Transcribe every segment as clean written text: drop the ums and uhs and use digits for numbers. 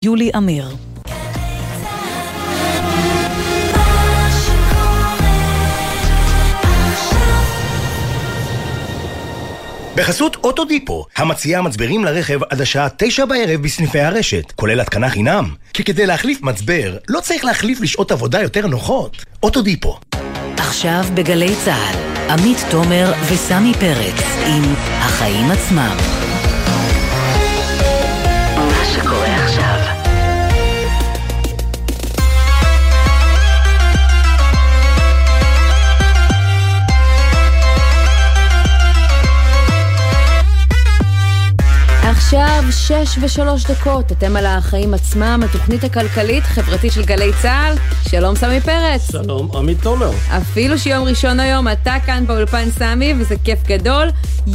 יולי אמיר. בחסות אוטודיפו, המציעה מצברים לרכב עד השעה 9 בערב בסניפי הרשת, כולל התקנה חינם. כי כדי להחליף מצבר, לא צריך להחליף לשעות עבודה יותר נוחות. אוטודיפו. עכשיו בגלי צהל, עמית תומר וסמי פרץ עם החיים עצמם. מה שקורה עכשיו. עכשיו 6:03, אתם על החיים עצמם, התוכנית הכלכלית חברתית של גלי צהל. שלום סמי פרץ. שלום עמית תומר. אפילו שיום ראשון היום אתה כאן באולפן סמי, וזה כיף גדול.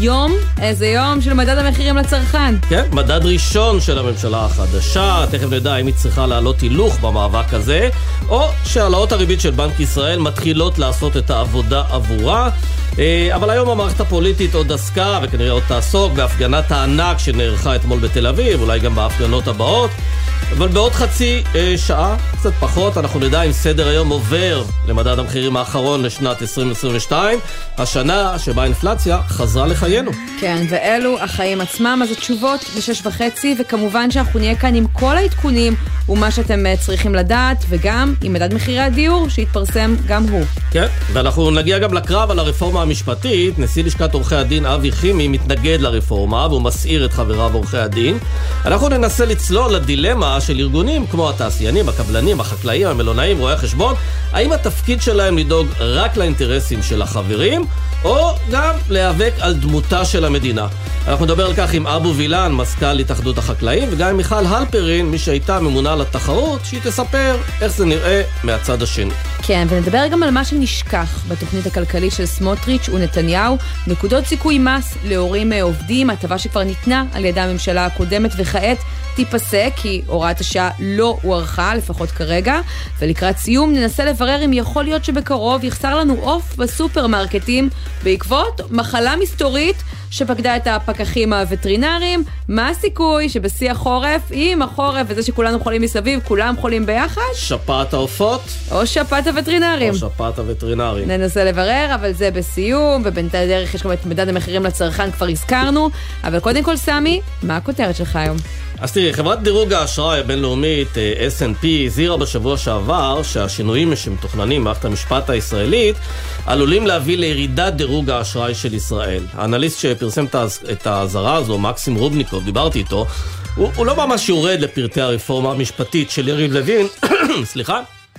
איזה יום של מדד המחירים לצרכן. כן, מדד ראשון של הממשלה החדשה. תכף נדע אם היא צריכה לעלות הילוך במאבק הזה, או שהעלאות הריבית של בנק ישראל מתחילות לעשות את העבודה עבורה. אבל היום המערכת הפוליטית עוד עסקה, וכנראה עוד תעסוק, בהפגנת הענק שנערכה אתמול בתל אביב, אולי גם בהפגנות הבאות. אבל בעוד חצי שעה, קצת פחות, אנחנו נדע אם סדר היום עובר למדד המחירים האחרון לשנת 2022, השנה שבה האינפלציה חזרה לחיינו. כן, ואלו החיים עצמם, אז התשובות ב6:30, וכמובן שאנחנו נהיה כאן עם כל העדכונים ומה שאתם צריכים לדעת, וגם עם מדד מחירי הדיור שהתפרסם גם הוא. כן, ואנחנו נגיע גם לקרב על הרפורמה המשפטית. נשיא לשכת עורכי הדין אבי חימי מתנגד לרפורמה, והוא מסעיר את חבריו עורכי הדין. אנחנו ננסה לצלול לדילמה של ארגונים כמו התעשיינים, הקבלנים, החקלאים, המלונאים, רואי החשבון. האם התפקיד שלהם לדאוג רק לאינטרסים של החברים, או גם להיאבק על דמותה של המדינה? אנחנו נדבר על כך עם אבו וילן, מזכ"ל התאחדות החקלאים, וגם עם מיכל הלפרין, מי שהייתה ממונה על התחרות, שהיא תספר איך זה נראה מהצד השני. כן, ונדבר גם על מה שנשכח בתוכנית הכלכלית של סמוטריץ' ונתניהו, נקודות זיכוי מס להורים עובדים, הטבה שכבר ניתנה על ידי הממשלה הקודמת וכעת תיפסק, כי הוראת השעה לא הוארכה, לפחות כרגע, ולקראת סיום ננסה לברר אם יכול להיות שבקרוב יחסר לנו עוף בסופרמרקטים בעקבות מחלה מסתורית שפקדה את הפקחים הווטרינריים. מה הסיכוי שבשיא החורף, עם החורף וזה שכולנו חולים מסביב, כולם חולים ביחד? שפעת העופות? או שפעת הווטרינרים. או שפעת הווטרינרים. ננסה לברר, אבל זה בסיום, ובינתיים דרך יש גם את מדד המחירים לצרכן, כבר הזכרנו. אבל קודם כל סמי, מה הכותרת שלך היום? אז תראי, חברת דירוג האשראי הבינלאומית S&P הזהירה בשבוע שעבר שהשינויים שמתוכננים במערכת המשפט הישראלית עלולים להביא לירידת דירוג האשראי של ישראל. האנליסט שפרסם את ההזהרה הזו, מקסים רובניקוב, דיברתי איתו, הוא לא ממש יורד לפרטי הרפורמה המשפטית של יריב לוין, סליחה,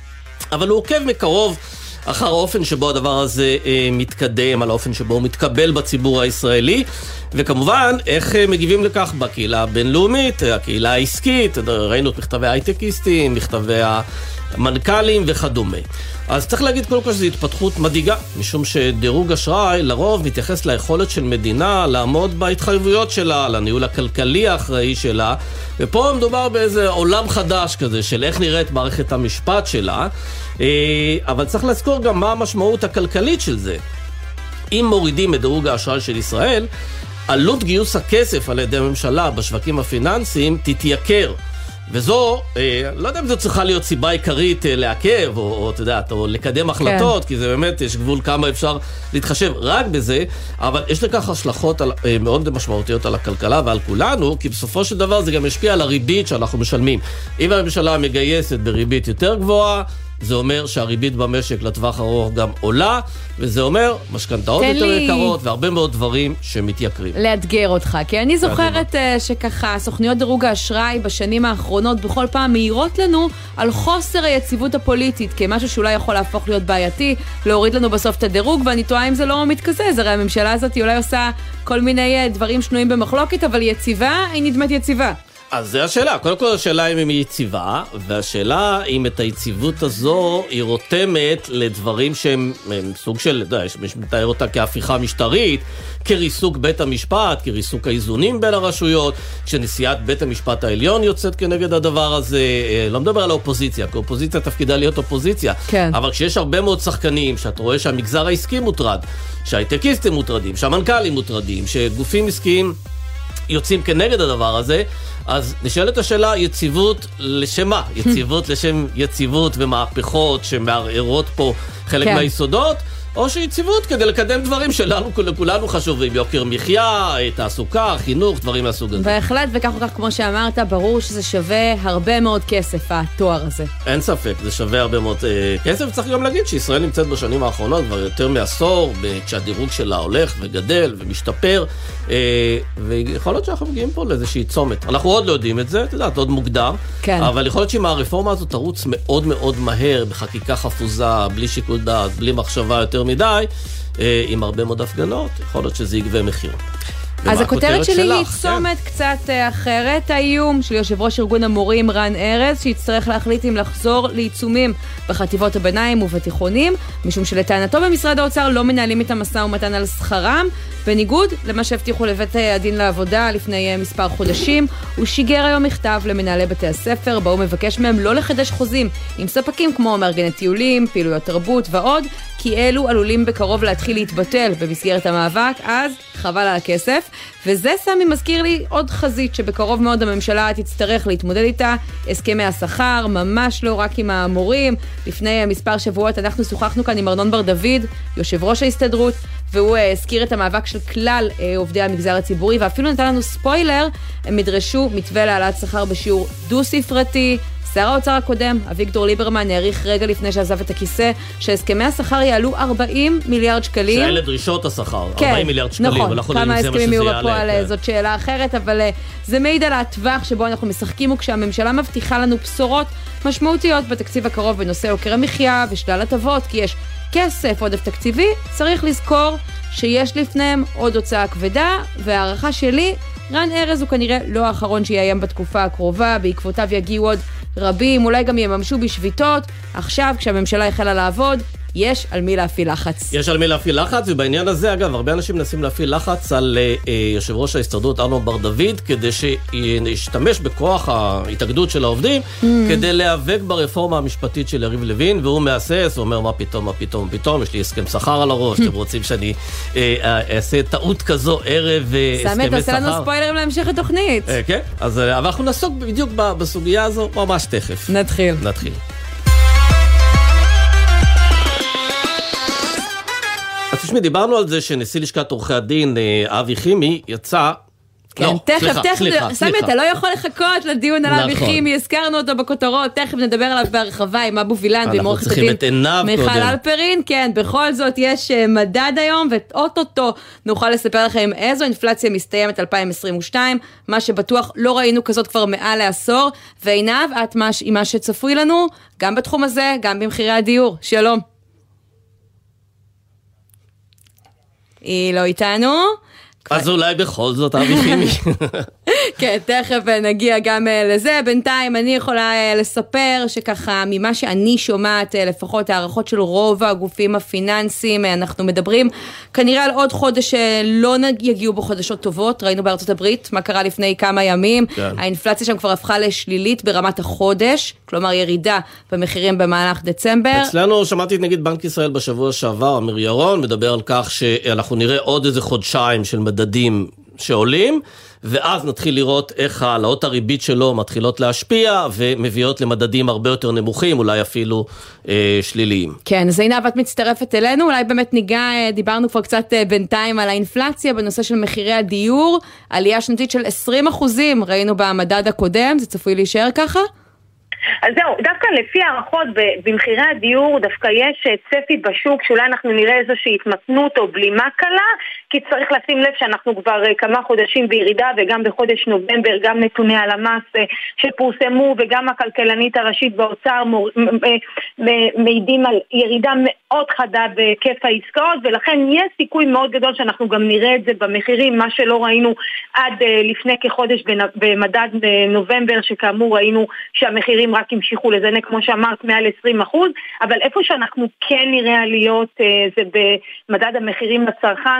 אבל הוא עוקב מקרוב אחר האופן שבו הדבר הזה מתקדם, על האופן שבו הוא מתקבל בציבור הישראלי, וכמובן איך מגיבים לכך בקהילה הבינלאומית, הקהילה העסקית. ראינו את מכתבי הייטקיסטים, מכתבי המנכ"לים וכדומה. אז צריך להגיד קודם כל שזו התפתחות מדאיגה, משום שדירוג אשראי לרוב מתייחס ליכולת של מדינה לעמוד בהתחייבויות שלה, לניהול הכלכלי האחראי שלה, ופה מדובר באיזה עולם חדש כזה של איך נראית מערכת המשפט שלה, אבל צריך לזכור גם מה המשמעות הכלכלית של זה. אם מורידים את דירוג האשראי של ישראל, עלות גיוס הכסף על ידי הממשלה בשווקים הפיננסיים תתייקר. וזו, לא יודע אם זו צריכה להיות סיבה עיקרית לעכב, או לקדם החלטות, כי זה באמת, יש גבול כמה אפשר להתחשב רק בזה, אבל יש לכך השלכות מאוד משמעותיות על הכלכלה ועל כולנו, כי בסופו של דבר זה גם משפיע על הריבית שאנחנו משלמים. אם הממשלה מגייסת בריבית יותר גבוהה, זה אומר שהריבית במשק לטווח ארוך גם עולה, וזה אומר משכנתאות יותר יקרות, והרבה מאוד דברים שמתייקרים. לאתגר אותך, כי אני זוכרת שככה, סוכניות דירוג האשראי בשנים האחרונות בכל פעם מהירות לנו על חוסר היציבות הפוליטית, כמשהו שאולי יכול להפוך להיות בעייתי, להוריד לנו בסוף את הדירוג, ואני טועה אם זה לא מתכסה, הרי הממשלה הזאת אולי עושה כל מיני דברים שנויים במחלוקת, אבל יציבה, היא נדמת יציבה. אז זה השאלה. קודם כל השאלה אם היא יציבה, והשאלה אם את היציבות הזו היא רותמת לדברים שהם סוג של, יש מתאר אותה כהפיכה משטרית, כריסוק בית המשפט, כריסוק האיזונים בין הרשויות, כשנשיאת בית המשפט העליון יוצאת כנגד הדבר הזה. לא מדבר על האופוזיציה, כי האופוזיציה תפקידה להיות אופוזיציה. כן. אבל כשיש הרבה מאוד שחקנים, שאת רואה שהמגזר העסקי מוטרד, שההייטקיסטים מוטרדים, שהמנכ"לים מוטרדים, שגופים עסקיים יוצאים כנגד הדבר הזה, אז נשאלת השאלה, יציבות לשמה? יציבות לשם יציבות ומהפכות שמערערות פה חלק מהיסודות, או שיציבות כדי לקדם דברים שלנו, לכולנו חשובים, יוקר מחיה, תעסוקה, חינוך, דברים מהסוג הזה. בהחלט, וכך וכך, כמו שאמרת, ברור שזה שווה הרבה מאוד כסף, התואר הזה. אין ספק, זה שווה הרבה מאוד כסף. צריך גם להגיד שישראל נמצאת בשנים האחרונות כבר יותר מעשור, כשהדירוג שלה הולך וגדל ומשתפר, ויכול להיות שאנחנו מגיעים פה לאיזושהי צומת. אנחנו עוד לא יודעים את זה, אתה יודע, עוד מוקדם, כן. אבל יכול להיות שאם הרפורמה הזאת תרוץ מאוד מאוד מהר, בחקיקה חפוזה, בלי שיקול דעת, בלי מחשבה יותר מדי, עם הרבה מאוד הפגנות, יכול להיות שזה יגבה מחיר. אז הכותרת שלי היא צומת קצת אחרת, האיום של יושב ראש ארגון המורים רן ארז, שיצטרך להחליט אם לחזור לעיצומים בחטיבות הביניים ובתיכונים, משום שלטענתו במשרד האוצר לא מנהלים את המשא ומתן על שכרם, בניגוד למה שהבטיחו לבית הדין לעבודה לפני מספר חודשים. הוא שיגר היום מכתב למנהלי בתי הספר, בו הוא מבקש מהם לא לחדש חוזים עם ספקים כמו מארגני טיולים, פעילויות תרבות ועוד, כי אלו עלולים בקרוב להתחיל להתבטל במסגרת המאבק, אז חבל על הכסף. וזה סמי מזכיר לי עוד חזית שבקרוב מאוד הממשלה תצטרך להתמודד איתה, הסכמי השכר, ממש לא רק עם המורים. לפני מספר שבועות אנחנו שוחחנו כאן עם ארנון בר דוד, יושב ראש ההסתדרות, והוא הזכיר את המאבק של כלל עובדי המגזר הציבורי, ואפילו נתן לנו ספוילר, הם מדרשו מתווה להעלאת שכר בשיעור דו-ספרתי. שר האוצר הקודם, אביגדור ליברמן, העריך רגע לפני שעזב את הכיסא, שהסכמי השכר יעלו 40 מיליארד שקלים. שאלה דרישות השכר, כן, 40 מיליארד שקלים. נכון, כמה הסכמים יהיו בפועל, זאת שאלה אחרת, אבל זה מעיד על הטווח שבו אנחנו משחקים, וכשהממשלה מבטיחה לנו בשורות משמעותיות בתקציב הקרוב בנושא יוקר המחיה ושלל הטבות, כי יש כסף, עודף תקציבי, צריך לזכור שיש לפניהם עוד הוצאה כבדה, והערכה שלי, רן ארז הוא כנראה לא האחרון שיאיים בתקופה הקרובה, בעקבותיו יגיעו עוד רבים, אולי גם יממשו בשביתות. עכשיו, כשהממשלה החלה לעבוד, יש על מי להפעיל לחץ. יש על מי להפעיל לחץ, ובעניין הזה, אגב, הרבה אנשים מנסים להפעיל לחץ על יושב ראש ההסתדרות ארנון בר דוד, כדי שישתמש בכוח ההתאגדות של העובדים, כדי להיאבק ברפורמה המשפטית של יריב לוין, והוא מהסס, הוא אומר, מה פתאום, יש לי הסכם שכר על הראש, אתם רוצים שאני אעשה טעות כזו ערב הסכמי שכר. סמי, תעשה לנו ספוילרים להמשך התוכנית. כן, אז אנחנו נעסוק בדיוק בסוגיה הזו, ממש תכף. נתחיל. אז תשמעי, דיברנו על זה שנשיא לשכת עורכי הדין, אבי חימי, יצא... כן, תכף, סמי, אתה לא יכול לחכות לדיון על אבי חימי, הזכרנו אותו בכותרות, תכף נדבר עליו בהרחבה עם אבו וילן ועם עורכת הדין מיכל אלפרין. כן, בכל זאת יש מדד היום, ואוטוטו נוכל לספר לכם איזו אינפלציה מסתיימת 2022, מה שבטוח לא ראינו כזאת כבר מעל לעשור. ועינב, את מה שצפוי לנו, גם בתחום הזה, גם במחירי הדיור. שלום. היא לא איתנו. אז אולי בכל זאת אבי חימי. כן, תכף נגיע גם לזה. בינתיים אני יכולה לספר שככה ממה שאני שומעת, לפחות הערכות של רוב הגופים הפיננסיים, אנחנו מדברים כנראה על עוד חודש שלא יגיעו בו חדשות טובות. ראינו בארצות הברית מה קרה לפני כמה ימים. כן. האינפלציה שם כבר הפכה לשלילית ברמת החודש, כלומר ירידה במחירים במהלך דצמבר. אצלנו שמעתי את נגיד בנק ישראל בשבוע שעבר, אמיר ירון, מדבר על כך שאנחנו נראה עוד איזה חודשיים של מדדים שעולים, ואז נתחיל לראות איך העלאות הריבית שלו מתחילות להשפיע, ומביאות למדדים הרבה יותר נמוכים, אולי אפילו שליליים. כן, אז הנה, את מצטרפת אלינו, אולי באמת דיברנו כבר קצת בינתיים על האינפלציה, בנושא של מחירי הדיור, עלייה שנתית של 20%, ראינו במדד הקודם, זה צפוי להישאר ככה? אז זהו, דווקא לפי הערכות במחירי הדיור, דווקא יש צפי בשוק, שאולי אנחנו נראה איזושהי התמתנות או בלימה קלה, כי צריך לשים לב שאנחנו כבר כמה חודשים בירידה, וגם בחודש נובמבר, גם נתוני הלמ"ס שפורסמו, וגם הכלכלנית הראשית באוצר מעידים על ירידה מאוד חדה בהיקף העסקאות, ולכן יש סיכוי מאוד גדול שאנחנו גם נראה את זה במחירים, מה שלא ראינו עד לפני כחודש במדד נובמבר, שכאמור ראינו שהמחירים רק המשיכו לזנק, כמו שאמרת, מעל 20%, אבל איפה שאנחנו כן נראה עליות זה במדד המחירים לצרכן, שצפוי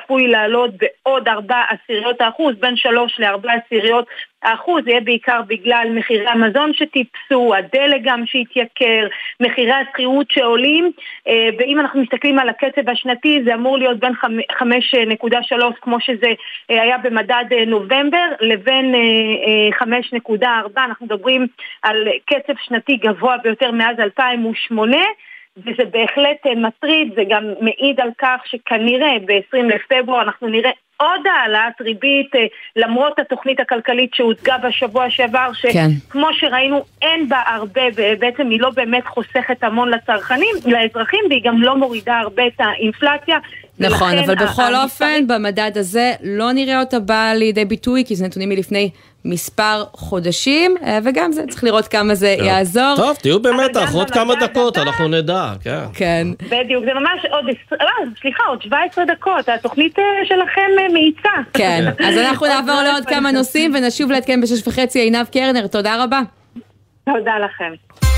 צפוי לעלות בעוד 0.4%, בין 3 ל-4%. זה יהיה בעיקר בגלל מחירי המזון שטיפסו, הדלק גם שהתייקר, מחירי השכירות שעולים, ואם אנחנו מסתכלים על הקצב השנתי, זה אמור להיות בין 5.3 כמו שזה היה במדד נובמבר, לבין 5.4, אנחנו מדברים על קצב שנתי גבוה ביותר מאז 2008, וזה בהחלט מטריד, זה גם מעיד על כך שכנראה ב-20 לפברואר אנחנו נראה עוד העלאת ריבית, למרות התוכנית הכלכלית שהוצגה בשבוע שעבר, שכמו שראינו אין בה הרבה, ובעצם היא לא באמת חוסכת המון לצרכנים, לאזרחים, והיא גם לא מורידה הרבה את האינפלציה. נכון, אבל בכל אופן, במדד הזה לא נראה אותה באה לידי ביטוי, כי זה נתונים מלפני מספר חודשים, וגם זה צריך לראות כמה זה יעזור. טוב, תהיו באמת, עוד כמה דקות, אנחנו נדע. כן. בדיוק, זה ממש עוד 17 דקות, התוכנית שלכם מאיצה. כן, אז אנחנו נעבור לעוד כמה נושאים, ונשוב להתקיים ב6:30. עינב קרנר, תודה רבה. תודה לכם.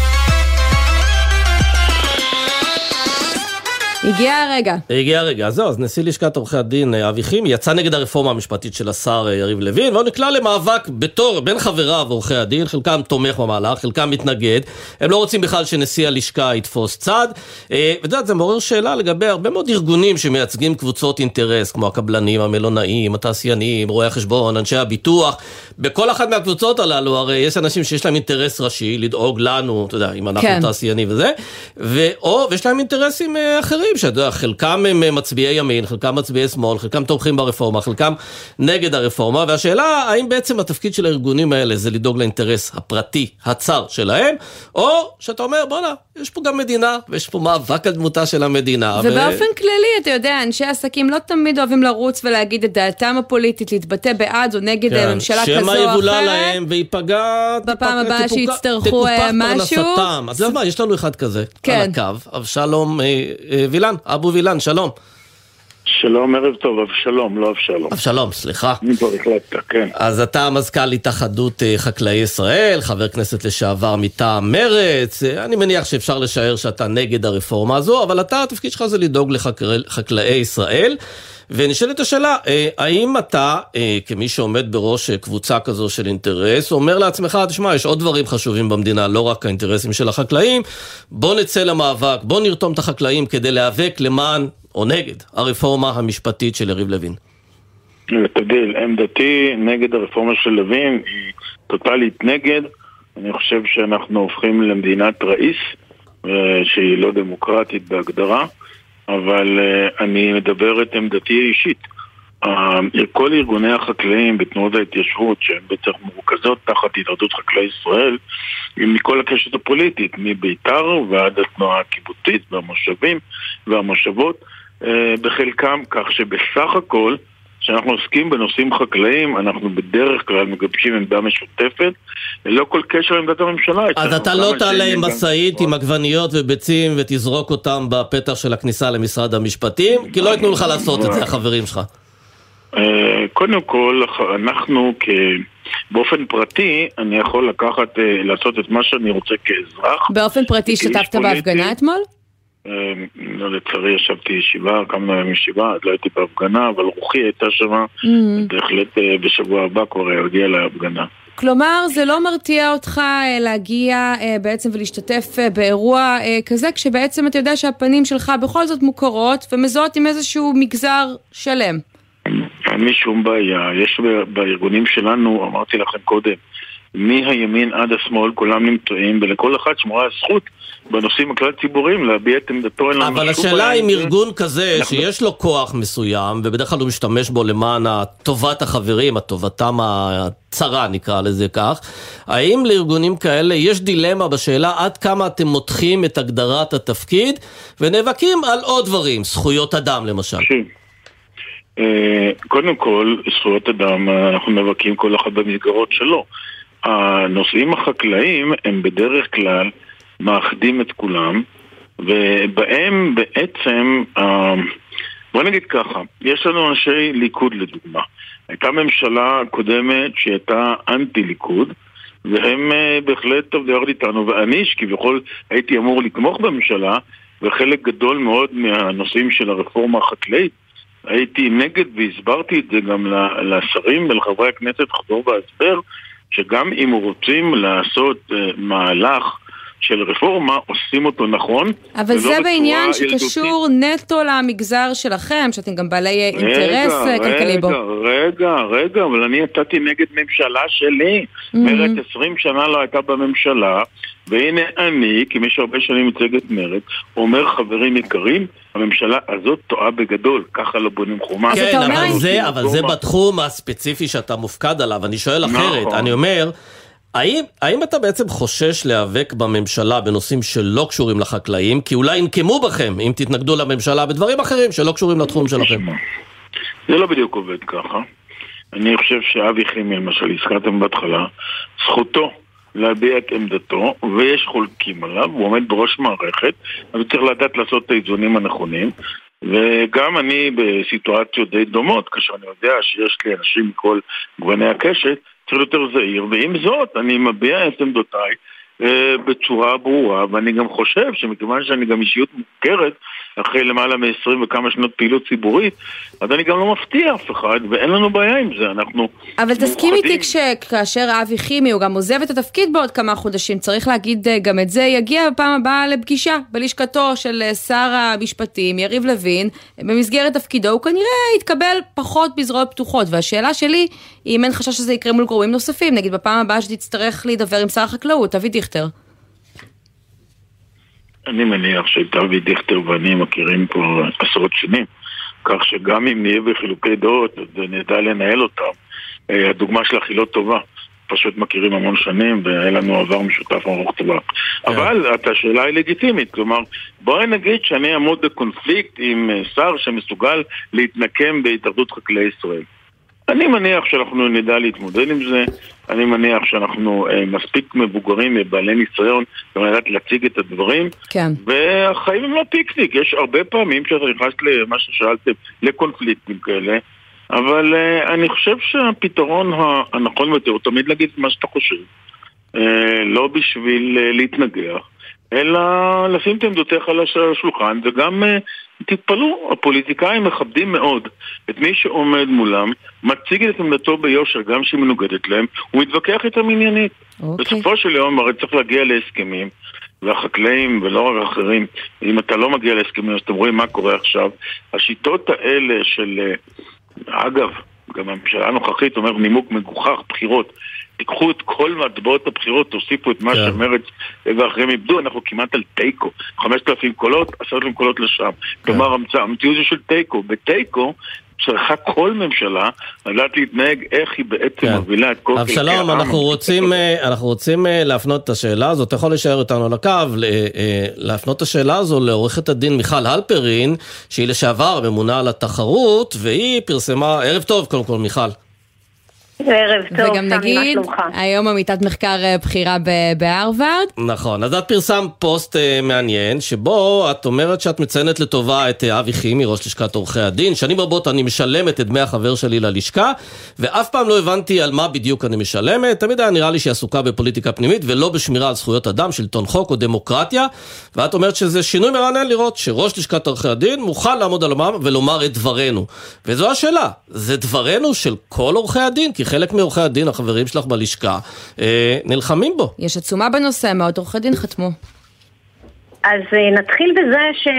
הגיע הרגע. אז נשיא לשכת עורכי הדין אבי חימי יצא נגד הרפורמה המשפטית של השר יריב לוין, והוא נקלע למאבק בין חבריו עורכי הדין, חלקם תומך במהלך, חלקם מתנגד, הם לא רוצים בכלל שנשיא הלשכה יתפוס צד, ודעת, זה מעורר שאלה לגבי הרבה מאוד ארגונים שמייצגים קבוצות אינטרס, כמו הקבלנים, המלונאים, התעשיינים, רואי החשבון, אנשי הביטוח, בכל אחת מהקבוצות הללו, הרי יש אנשים שיש להם אינטרס ראשי, לדאוג לנו, אתה יודע, אם אנחנו תעשיינים וזה, ויש להם אינטרסים אחרים, חלקם הם מצביעי ימין, חלקם מצביעי שמאל, חלקם תומכים ברפורמה, חלקם נגד הרפורמה, והשאלה האם בעצם התפקיד של הארגונים האלה זה לדאוג לאינטרס הפרטי, הצר שלהם, או שאתה אומר, בוא'נה, יש פה גם מדינה, ויש פה מאבק על דמותה של המדינה. ובאופן כללי, אתה יודע, אנשי עסקים לא תמיד אוהבים לרוץ ולהגיד את דעתם הפוליטית, להתבטא בעד או נגד ממשלה כזו או אחרת. שמה יבולה להם ויפגע, בפעם הבאה שיצטרכו משהו. אז זה מה, יש לנו אחד כזה, על הקו, אבשלום וילן, אבו וילן, שלום. שלום, ערב טוב, אבשלום, לא אבשלום. אבשלום, סליחה. אני פה החלטת, כן. אז אתה מזכ"ל התאחדות חקלאי ישראל, חבר כנסת לשעבר מטעם מרץ, אני מניח שאפשר לשער שאתה נגד הרפורמה הזו, אבל התפקיד שלך זה לדאוג לחקלאי ישראל, ונשאלת השאלה, האם אתה, כמי שעומד בראש קבוצה כזו של אינטרס, אומר לעצמך, תשמע, יש עוד דברים חשובים במדינה, לא רק האינטרסים של החקלאים, בוא נצא למאבק, בוא נרתום את החקלאים כדי להיאבק למען או נגד הרפורמה המשפטית של יריב לוין? תדיל, עמדתי נגד הרפורמה של לוין היא טוטלית נגד. אני חושב שאנחנו הופכים למדינת ראיס, שהיא לא דמוקרטית בהגדרה, אבל אני מדבר את עמדתי האישית. כל ארגוני החקלאים בתנועות ההתיישבות שהן בעצם מרוכזות תחת התאחדות חקלאי ישראל, מכל הקשת הפוליטית, מביתר ועד התנועה הקיבוצית והמושבים והמושבות, בחלקם, כך שבסך הכל כשאנחנו עוסקים בנושאים חקלאיים אנחנו בדרך כלל מגבשים עמדה משותפת ללא כל קשר לעמדת הממשלה. אז אתה לא תעלה עם משאית עם עגבניות וביצים ותזרוק אותם בפתח של הכניסה למשרד המשפטים, כי לא ייתנו לך לעשות את זה החברים שלך. קודם כל, אנחנו באופן פרטי, אני יכול לעשות את מה שאני רוצה כאזרח. באופן פרטי השתתפת בהפגנה אתמול? לא, לצערי ישבתי ישיבה, כמה ימים ישיבה, אז לא הייתי בהפגנה, אבל רוחי הייתה שמה, בהחלט בשבוע הבא כבר יגיע להפגנה. כלומר, זה לא מרתיע אותך להגיע בעצם ולהשתתף באירוע כזה, כשבעצם אתה יודע שהפנים שלך בכל זאת מוכרות ומזוהות עם איזשהו מגזר שלם. אין לי שום בעיה, יש בארגונים שלנו, אמרתי לכם קודם, מהימין עד השמאל כולם נמצאים, ולכל אחד שמורה הזכות בנושאים הכלל ציבוריים להביע את עמדתו. אבל השאלה עם ארגון כזה שיש לו כוח מסוים, ובדרך כלל הוא משתמש בו למען טובת החברים, טובתם הצרה נקרא לזה כך, האם לארגונים כאלה יש דילמה בשאלה עד כמה אתם מותחים את הגדרת התפקיד ונאבקים על עוד דברים, זכויות אדם למשל? קודם כל, זכויות אדם, אנחנו נאבקים כל אחד במסגרות שלו. הנושאים החקלאיים הם בדרך כלל מאחדים את כולם, ובהם בעצם, בוא נגיד ככה, יש לנו אנשי ליכוד לדוגמה. הייתה ממשלה קודמת שהייתה אנטי ליכוד, והם בהחלט עובדים איתנו, ואני שכביכול הייתי אמור לתמוך בממשלה, וחלק גדול מאוד מהנושאים של הרפורמה החקלאית הייתי נגד והסברתי את זה גם לשרים ולחברי הכנסת חזור והסבר, שגם אם רוצים לעשות מהלך של רפורמה, עושים אותו נכון. אבל זה בעניין שקשור נטו למגזר שלכם, שאתם גם בעלי אינטרס כלכלי בו. רגע, אבל אני יצאתי נגד ממשלה שלי. מרצ 20 שנה לא הייתה בממשלה, והנה אני, כמי שהרבה שנים מצגת מרצ, אומר חברים יקרים, הממשלה הזאת טועה בגדול, ככה לא בונים חומה. כן, אבל זה בתחום הספציפי שאתה מופקד עליו. אני שואל אחרת, אני אומר, האם אתה בעצם חושש להיאבק בממשלה בנושאים שלא קשורים לחקלאים, כי אולי ינקמו בכם אם תתנגדו לממשלה בדברים אחרים שלא קשורים לתחום שלכם? זה לא בדיוק עובד ככה. אני חושב שאבי חימי, למשל, הזכרתם בהתחלה, זכותו להביע את עמדתו, ויש חולקים עליו, הוא עומד בראש מערכת, אז הוא צריך לדעת לעשות את האיזונים הנכונים, וגם אני בסיטואציות די דומות, כאשר אני יודע שיש לי אנשים מכל גווני הקשת, צריך יותר זהיר, ועם זאת אני מביע את עמדותיי בצורה ברורה, ואני גם חושב שמכיוון שאני גם אישיות מוכרת אחרי למעלה מ-20 וכמה שנות פעילות ציבורית, אז אני גם לא מפתיע אף אחד, ואין לנו בעיה עם זה, אנחנו... אבל תסכים איתי כאשר אבי חימי הוא גם עוזב את התפקיד בעוד כמה חודשים, צריך להגיד גם את זה, יגיע בפעם הבאה לפגישה בלשכתו של שר המשפטים יריב לוין, במסגרת תפקידו הוא כנראה יתקבל פחות בזרועות פתוחות, והשאלה שלי היא אם אין חשש שזה יקרה מול גורמים נוספים, נגיד בפעם הבאה שתצטרך להידבר עם שר החקלאות, אבי דיכטר. אני מניח שאת אבי דיכטר ואני מכירים פה עשרות שנים, כך שגם אם נהיה בחילוקי דעות, נדע לנהל אותם. הדוגמה שלך היא לא טובה, פשוט מכירים המון שנים, והיה לנו עבר משותף ארוך טווח. אבל השאלה היא לגיטימית, כלומר, בואי נגיד שאני אעמוד בקונפליקט עם שר שמסוגל להתנקם בהתאחדות חקלאי ישראל. אני מניח שאנחנו נדע להתמודד עם זה, אני מניח שאנחנו מספיק מבוגרים מבעלי ניסיון, גם לדעת להציג את הדברים, כן. והחיים הם לא פיקניק, יש הרבה פעמים שאתה נכנס למה ששאלתם, לקונפליקטים כאלה, אבל אני חושב שהפתרון הנכון יותר הוא תמיד להגיד מה שאתה חושב, לא בשביל להתנגח, אלא לשים את עמדותיך על השולחן, וגם תתפלו, הפוליטיקאים מכבדים מאוד את מי שעומד מולם, מציג את עמדתו ביושר, גם שהיא מנוגדת להם, הוא מתווכח איתם עניינית. בסופו של יום הרי צריך להגיע להסכמים, והחקלאים ולא רק אחרים, אם אתה לא מגיע להסכמים, אז אתם רואים מה קורה עכשיו. השיטות האלה של, אגב, גם הממשלה הנוכחית אומר נימוק מגוחך, בחירות, תיקחו את כל מטבעות הבחירות, תוסיפו את מה שמרץ ואחרים איבדו, אנחנו כמעט על טייקו, 5,000 קולות, 10,000 קולות לשם. כלומר, המציאות של טייקו. בטייקו צריכה כל ממשלה לדעת להתנהג איך היא בעצם מובילה את כל... אבשלום, אנחנו רוצים להפנות את השאלה הזאת, אתה יכול להישאר איתנו על הקו, להפנות את השאלה הזו לעורכת הדין מיכל הלפרין, שהיא לשעבר ממונה על התחרות, והיא פרסמה, ערב טוב קודם כל מיכל. ערב טוב, וגם נגיד, היום עמיתת מחקר בחירה בהרווארד. נכון, אז את פרסם פוסט מעניין, שבו את אומרת שאת מציינת לטובה את אבי חימי, ראש לשכת עורכי הדין. שנים רבות אני משלמת את דמי החבר שלי ללשכה, ואף פעם לא הבנתי על מה בדיוק אני משלמת. תמיד היה נראה לי שהיא עסוקה בפוליטיקה פנימית, ולא בשמירה על זכויות אדם, שלטון חוק או דמוקרטיה. ואת אומרת שזה שינוי מרענן לראות שראש לשכת עורכי הדין מוכן לעמוד על המם ולומר את דברנו. וזו השאלה, זה דברנו של כל עורכי הדין, כי חלק מעורכי הדין, החברים שלך בלשכה, נלחמים בו. יש עצומה בנושא, מאות עורכי דין חתמו. אז נתחיל בזה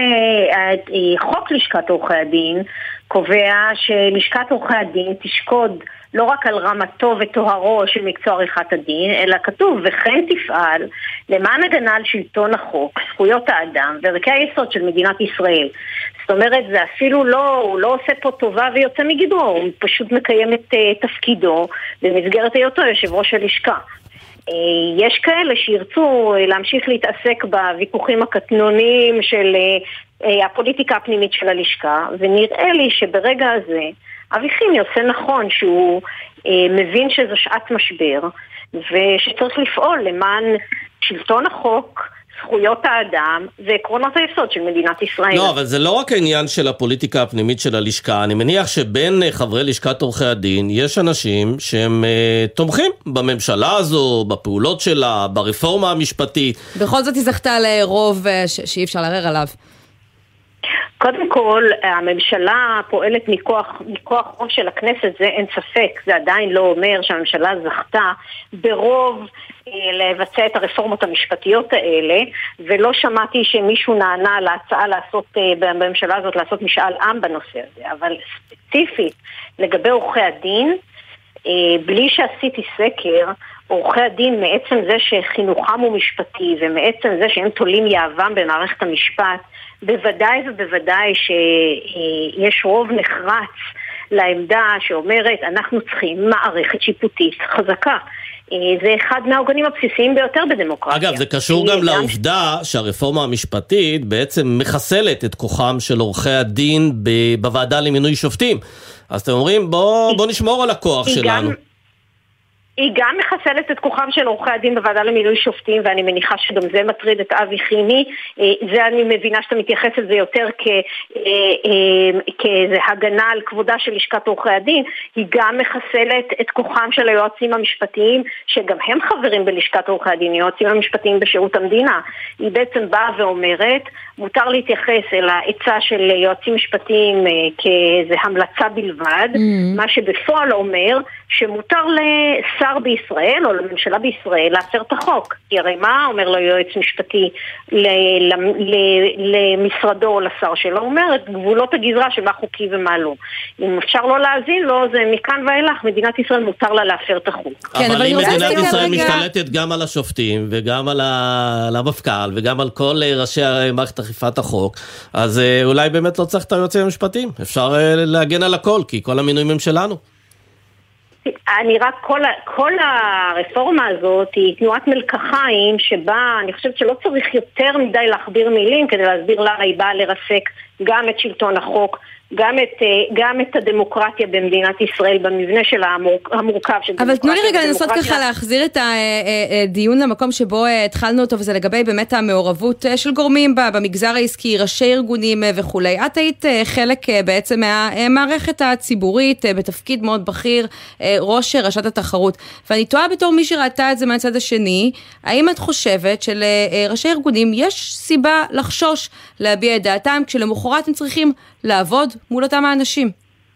שחוק לשכת עורכי הדין קובע שלשכת עורכי הדין תשקוד לא רק על רמתו ותוארו של מקצוע עריכת הדין, אלא כתוב וכן תפעל למען הגנה על שלטון החוק, זכויות האדם וערכי היסוד של מדינת ישראל. זאת אומרת, זה אפילו הוא לא עושה פה טובה ויוצא מגדרו, הוא פשוט מקיים את תפקידו במסגרת היותו יושב ראש הלשכה. יש כאלה שירצו להמשיך להתעסק בוויכוחים הקטנוניים של הפוליטיקה הפנימית של הלשכה, ונראה לי שברגע הזה אבי חימי עושה נכון שהוא מבין שזו שעת משבר, ושצריך לפעול למען שלטון החוק, זכויות האדם ועקרונות היסוד של מדינת ישראל. לא, אבל זה לא רק העניין של הפוליטיקה הפנימית של הלשכה. אני מניח שבין חברי לשכת עורכי הדין יש אנשים שהם תומכים בממשלה הזו, בפעולות שלה, ברפורמה המשפטית. בכל זאת היא זכתה לרוב שאי אפשר לערער עליו. קודם כל, הממשלה פועלת מכוח ראש של הכנסת, זה אין ספק. זה עדיין לא אומר שהממשלה זכתה ברוב לבצע את הרפורמות המשפטיות האלה, ולא שמעתי שמישהו נענה להצעה בממשלה הזאת לעשות משאל עם בנושא הזה. אבל ספציפית, לגבי עורכי הדין, בלי שעשיתי סקר, עורכי הדין מעצם זה שחינוכם הוא משפטי, ומעצם זה שהם תולים יעבם במערכת המשפט, בוודאי ובוודאי שיש רוב נחרץ לעמדה שאומרת אנחנו צריכים מערכת שיפוטית חזקה. זה אחד מהעוגנים הבסיסיים ביותר בדמוקרטיה. אגב, זה קשור גם לעובדה שהרפורמה המשפטית בעצם מחסלת את כוחם של עורכי הדין בוועדה למינוי שופטים. אז אתם אומרים, בוא נשמור על הכוח שלנו. היא גם מחסלת את כוחם של עורכי הדין בוועדה למינוי שופטים, ואני מניחה שגם זה מטריד את אבי חימי. זה אני מבינה שאתה מתייחס לזה יותר כאיזו הגנה על כבודה של לשכת עורכי הדין. היא גם מחסלת את כוחם של היועצים המשפטיים, שגם הם חברים בלשכת עורכי הדין, יועצים המשפטיים בשירות המדינה. היא בעצם באה ואומרת, מותר להתייחס אל העצה של יועצים משפטיים כאיזו המלצה בלבד, מה שבפועל אומר שמותר לשר בישראל או לממשלה בישראל להפר את החוק. כי הרי מה אומר לו יועץ משפטי למשרדו או לשר שלו? אומר את גבולות הגזרה שמה חוקי ומה לא. אם אפשר לא להאזין לו, זה מכאן ואילך, מדינת ישראל מותר לה להפר את החוק. אבל אם מדינת ישראל משתלטת גם על השופטים וגם על המפכ"ל וגם על כל ראשי מערכת אכיפת החוק, אז אולי באמת לא צריך את היועצים המשפטיים. אפשר להגן על הכל, כי כל המינויים הם שלנו. כל הרפורמה הזאת היא תנועת מלקחיים שבה אני חושבת שלא צריך יותר מדי להכביר מילים כדי להסביר למה היא באה לרסק גם את שלטון החוק, גם את הדמוקרטיה במדינת ישראל במבנה שלה המורכב של דמוקרטיה. אבל תנו לי רגע לנסות ככה להחזיר את הדיון למקום שבו התחלנו אותו, וזה לגבי באמת המעורבות של גורמים במגזר העסקי, ראשי ארגונים וכולי. את היית חלק בעצם מהמערכת הציבורית בתפקיד מאוד בכיר, ראש רשת התחרות. ואני תוהה בתור מי שראתה את זה מהצד השני, האם את חושבת שלראשי ארגונים יש סיבה לחשוש להביע את דעתם כשלמחרת הם צריכים לעבוד מול אותם האנשים?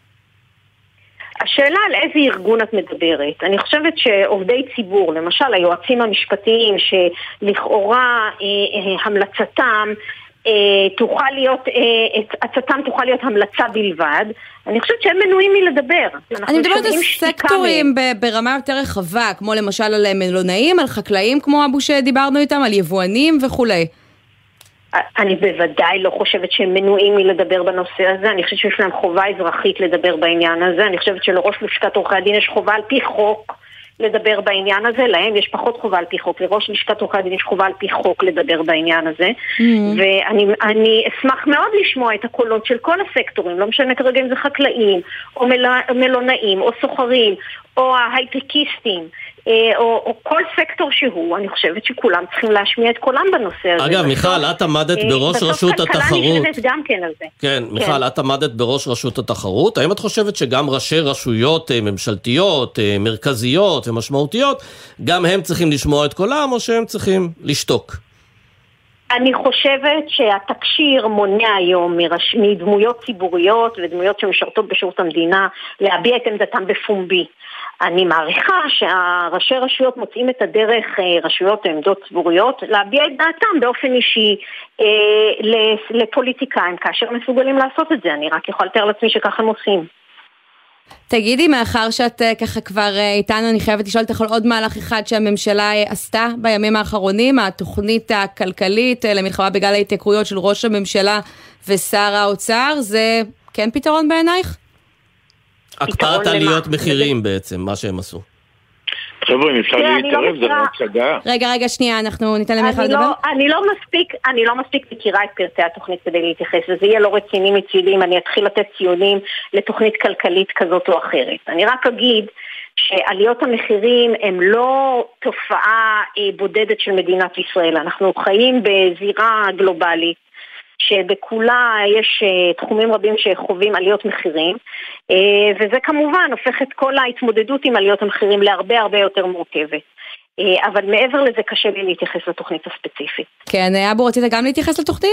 השאלה על איזה ארגון את מדברת. אני חושבת שעובדי ציבור, למשל היועצים המשפטיים שלכאורה המלצתם תוכל להיות, עצתם תוכל להיות המלצה בלבד, אני חושבת שהם מנועים מלדבר. אני מדברת על סקטורים ברמה יותר רחבה, כמו למשל על מלונאים, על חקלאים כמו אבו שדיברנו איתם, על יבואנים וכולי. אני בוודאי לא חושבת שהם מנועים מלדבר בנושא הזה. אני חושבת שיש להם חובה אזרחית לדבר בעניין הזה. אני חושבת שלראש לשכת עורכי הדין יש חובה על פי חוק לדבר בעניין הזה. להם יש פחות חובה על פי חוק. לראש לשכת עורכי הדין יש חובה על פי חוק לדבר בעניין הזה. ואני אשמח מאוד לשמוע את הקולות של כל הסקטורים. לא משנה כרגע אם זה חקלאים, או מלונאים, או סוחרים, או ההייטקיסטים. או כל סקטור שהוא, אני חושבת שכולם צריכים להשמיע את קולם בנושא הזה. אגב, מיכל, את עמדת בראש רשות התחרות. גם כן על זה. כן, מיכל, את עמדת בראש רשות התחרות. האם את חושבת שגם ראשי רשויות ממשלתיות, מרכזיות ומשמעותיות, גם הם צריכים לשמוע את קולם, או שהם צריכים לשתוק? אני חושבת שהתקשיר מונע היום מדמויות ציבוריות ודמויות שמשרתות בשירות המדינה להביע את עמדתם בפומבי. אני מעריכה שהראשי רשויות מוצאים את הדרך, רשויות עמדות ציבוריות, להביע את דעתם באופן אישי לפוליטיקאים, כאשר מסוגלים לעשות את זה. אני רק יכול לתאר לעצמי שככה הם עושים. תגידי, מאחר שאת ככה כבר איתנו, אני חייבת לשאול אותך על עוד מהלך אחד שהממשלה עשתה בימים האחרונים, התוכנית הכלכלית למלחמה בגל ההתייקרויות של ראש הממשלה ושר האוצר, זה כן פתרון בעינייך? הקפאת עליות מחירים בעצם, מה שהם עשו. חבר'ה, אם אפשר להתערב, זה לא הצגה. רגע, שנייה, אנחנו ניתן למיכל לדבר. אני לא מספיק מכירה את פרטי התוכנית כדי להתייחס, וזה יהיה לא רציני מצידי אם אני אתחיל לתת ציונים לתוכנית כלכלית כזאת או אחרת. אני רק אגיד שעליות המחירים הם לא תופעה בודדת של מדינת ישראל. אנחנו חיים בזירה גלובלית, שבכולה יש תחומים רבים שחווים עליות מחירים, וזה כמובן הופך את כל ההתמודדות עם עליות המחירים להרבה הרבה יותר מורכבת. אבל מעבר לזה קשה לי להתייחס לתוכנית הספציפית. כן, אבו, רצית גם להתייחס לתוכנית?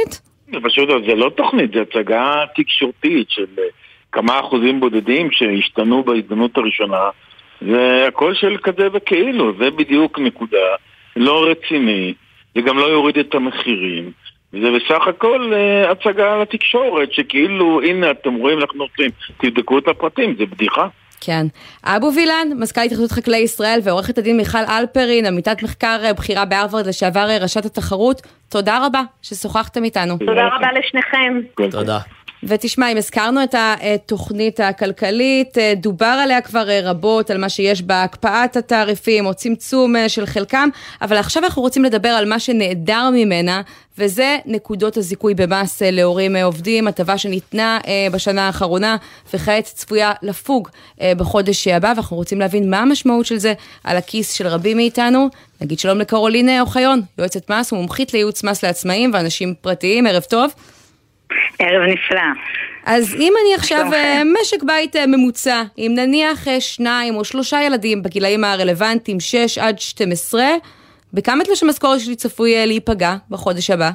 זה פשוט, זה לא תוכנית, זה הצגה תקשורתית של כמה אחוזים בודדים שהשתנו בהזדמנות הראשונה. זה הכל של כזה וכאילו, זה בדיוק נקודה. לא רציני, זה גם לא יוריד את המחירים. זה בסך הכל הצגה לתקשורת, שכאילו, הנה אתם רואים, אנחנו רוצים, תבדקו את הפרטים, זה בדיחה. כן. אבו וילן, מזכ"ל התאחדות חקלאי ישראל, ועורכת הדין מיכל אלפרין, עמיתת מחקר בחירה בהרווארד לשעבר ראשת התחרות, תודה רבה ששוחחתם איתנו. תודה רבה לשניכם. תודה. ותשמע, אם הזכרנו את התוכנית הכלכלית, דובר עליה כבר רבות, על מה שיש בהקפאת התעריפים, או צמצום של חלקם, אבל עכשיו אנחנו רוצים לדבר על מה שנעדר ממנה, וזה נקודות הזיכוי במס להורים עובדים, הטבה שניתנה בשנה האחרונה, וכעת צפויה לפוג בחודש הבא, ואנחנו רוצים להבין מה המשמעות של זה על הכיס של רבים מאיתנו. נגיד שלום לקרולינה אוחיון, יועצת מס ומומחית לייעוץ מס לעצמאים ואנשים פרטיים, ערב טוב. ערב נפלא. אז אם אני עכשיו משק בית ממוצע, אם נניח 2 או 3 ילדים בגילאים הרלוונטיים 6 עד 12, בכמה תלוש המשכורת שלי צפוי להיפגע בחודש הבא?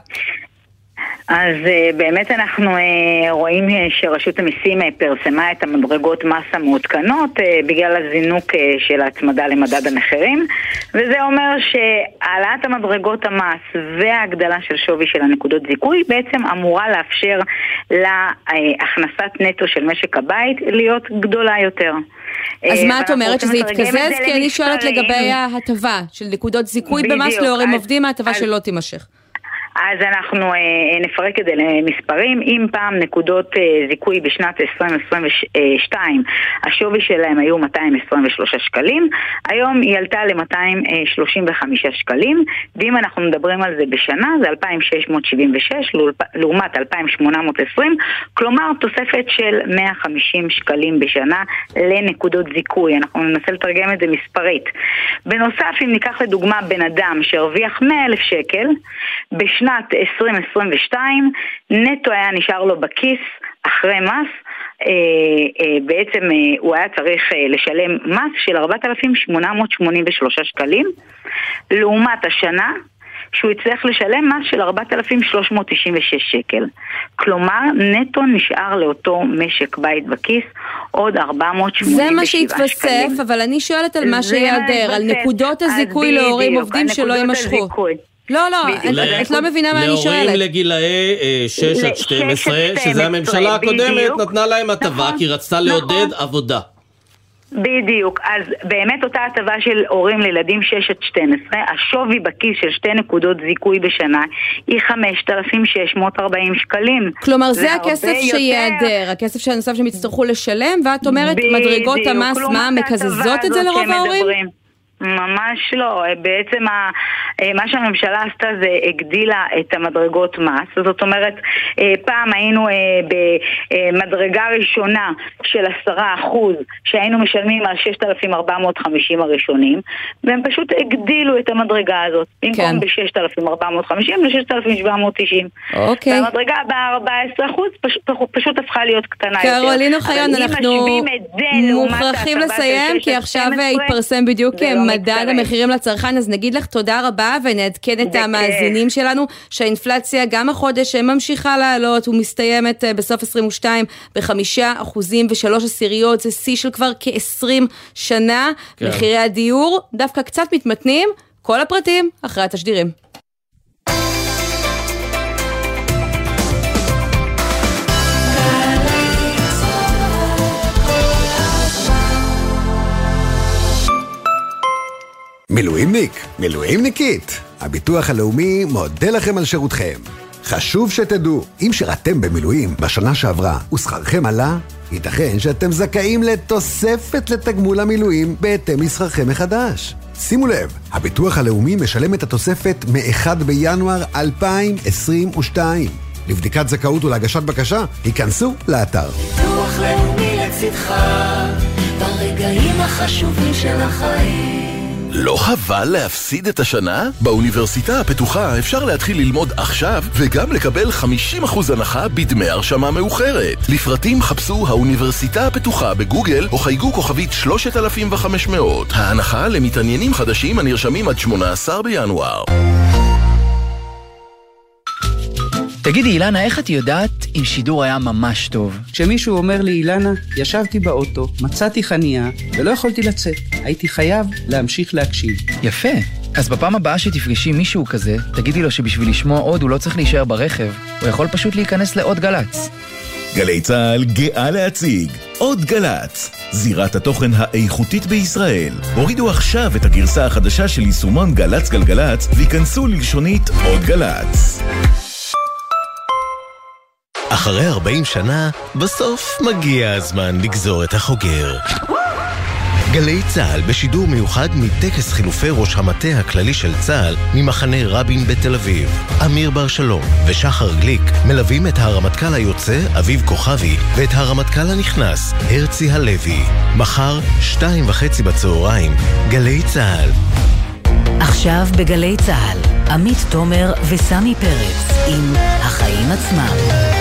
אז באמת אנחנו רואים שרשות המיסים פרסמה את המדרגות מס המעודכנות בגלל הזינוק של ההצמדה למדד המחירים, וזה אומר שהעלאת המדרגות המס וההגדלה של שווי של הנקודות זיכוי בעצם אמורה לאפשר להכנסת נטו של משק הבית להיות גדולה יותר. אז מה את אומרת, שזה יתקזז? כי אני שואלת לגבי ההטבה של נקודות זיכוי במס להורים עובדים, ההטבה שלא תימשך. אז אנחנו נפרק את זה למספרים. אם פעם נקודות זיכוי בשנת 2022 השווי שלהם היו 223 שקלים, היום היא עלתה ל-235 שקלים, ואם אנחנו מדברים על זה בשנה זה 2,676 לעומת 2,820, כלומר תוספת של 150 שקלים בשנה לנקודות זיכוי. אנחנו ננסה לתרגם את זה מספרית. בנוסף, אם ניקח לדוגמה בן אדם שהרוויח 100,000 שקל בשנת 2022, נטו היה נשאר לו בכיס אחרי מס, בעצם הוא היה צריך לשלם מס של 4,883 שקלים, לעומת השנה שהוא יצטרך לשלם מס של 4,396 שקל. כלומר, נטו נשאר לאותו משק בית בכיס עוד 487 שקלים. זה מה שהתווסף, אבל אני שואלת על מה שיעדר, על נקודות הזיכוי להורים עובדים שלא יימשכו. לא, את לא מבינה מה אני שואלת. להורים לגילאי 6 עד 12, שזה הממשלה הקודמת, נתנה להם הטבה, כי רצתה לעודד עבודה. בדיוק, אז באמת אותה הטבה של הורים לילדים 6 עד 12, השווי בכיס של 2 נקודות זיכוי בשנה היא 5,640 שקלים. כלומר זה הכסף שיעדר, הכסף שהנוסף שהם יצטרכו לשלם, ואת אומרת מדרגות המס, מה, מקזזות את זה לרוב ההורים? ממש לא, בעצם מה שהממשלה עשתה זה הגדילה את המדרגות מס, זאת אומרת פעם היינו במדרגה ראשונה של 10% שהיינו משלמים על 6,450 הראשונים, והם פשוט הגדילו את המדרגה הזאת, במקום ב-6,450 ל-6,790. והמדרגה ב-14% פשוט הפכה להיות קטנה יותר. קרולינה אוחיון, אנחנו מוכרחים לסיים, כי עכשיו התפרסם בדיוק מדד המחירים לצרכן, אז נגיד לך תודה רבה ונעדכן את המאזינים שלנו שהאינפלציה גם החודש ממשיכה לעלות ומסתיימת בסוף 22 ב5.3%, זה שיא של כבר כ-20 שנה. מחירי הדיור דווקא קצת מתמתנים, כל הפרטים אחרי התשדירים. מילואימניק, מילואימניקית, הביטוח הלאומי מודה לכם על שירותכם. חשוב שתדעו, אם שירתם במילואים בשנה שעברה ושכרכם עלה, ייתכן שאתם זכאים לתוספת לתגמול המילואים בהתאם לשכרכם מחדש. שימו לב, הביטוח הלאומי משלם את התוספת מ-1 בינואר 2022. לבדיקת זכאות ולהגשת בקשה, היכנסו לאתר. ביטוח לאומי לצדך, ברגעים החשובים של החיים. לא חבל להפסיד את השנה? באוניברסיטה הפתוחה אפשר להתחיל ללמוד עכשיו וגם לקבל 50% הנחה בדמי הרשמה מאוחרת. לפרטים חפשו האוניברסיטה הפתוחה בגוגל או חייגו כוכבית 3500. ההנחה למתעניינים חדשים הנרשמים עד 18 בינואר. תגידי, אילנה, איך את יודעת אם שידור היה ממש טוב? כשמישהו אומר לי, אילנה, ישבתי באוטו, מצאתי חנייה ולא יכולתי לצאת. הייתי חייב להמשיך להקשיב. יפה. אז בפעם הבאה שתפגשי מישהו כזה, תגידי לו שבשביל לשמוע עוד הוא לא צריך להישאר ברכב. הוא יכול פשוט להיכנס לעוד גלץ. גלי צהל גאה להציג עוד גלץ, זירת התוכן האיכותית בישראל. הורידו עכשיו את הגרסה החדשה של יישומון גלץ גלגלץ ויכנסו ללשונית עוד גלץ. אחרי 40 שנה, בסוף מגיע הזמן לגזור את החוגר. גלי צהל בשידור מיוחד מטקס חילופי ראש המטה הכללי של צהל ממחנה רבין בתל אביב. אמיר בר שלום ושחר גליק מלווים את הרמטכ"ל היוצא אביב כוכבי ואת הרמטכ"ל הנכנס הרצי הלוי. מחר 2:30 בצהריים, גלי צהל. עכשיו בגלי צהל, עמית תומר וסמי פרץ עם החיים עצמם.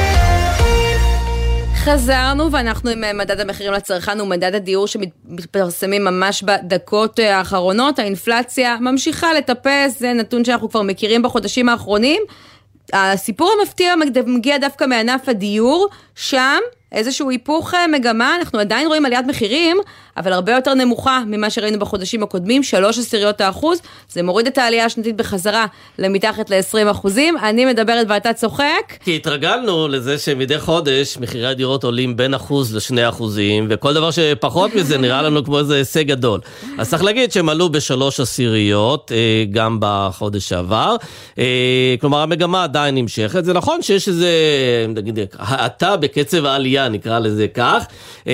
חזרנו ואנחנו עם מדד המחירים לצרכן ומדד הדיור שמתפרסמים ממש בדקות האחרונות. האינפלציה ממשיכה לטפס, זה נתון שאנחנו כבר מכירים בחודשים האחרונים. הסיפור המפתיע מגיע דווקא מענף הדיור, שם איזשהו היפוך מגמה, אנחנו עדיין רואים עליית מחירים, אבל הרבה יותר נמוכה ממה שראינו בחודשים הקודמים, 0.3%, זה מוריד את העלייה השנתית בחזרה למתחת ל-20%. אני מדברת ואתה צוחק. כי התרגלנו לזה שמדי חודש מחירי הדירות עולים בין 1% ל2%, וכל דבר שפחות מזה נראה לנו כמו איזה הישג גדול. אז צריך להגיד שהם עלו ב3%, גם בחודש שעבר, כלומר המגמה עדיין נמשכת. זה נכון שיש איזה, נגיד, האטה בקצב העלייה, נקרא לזה כך,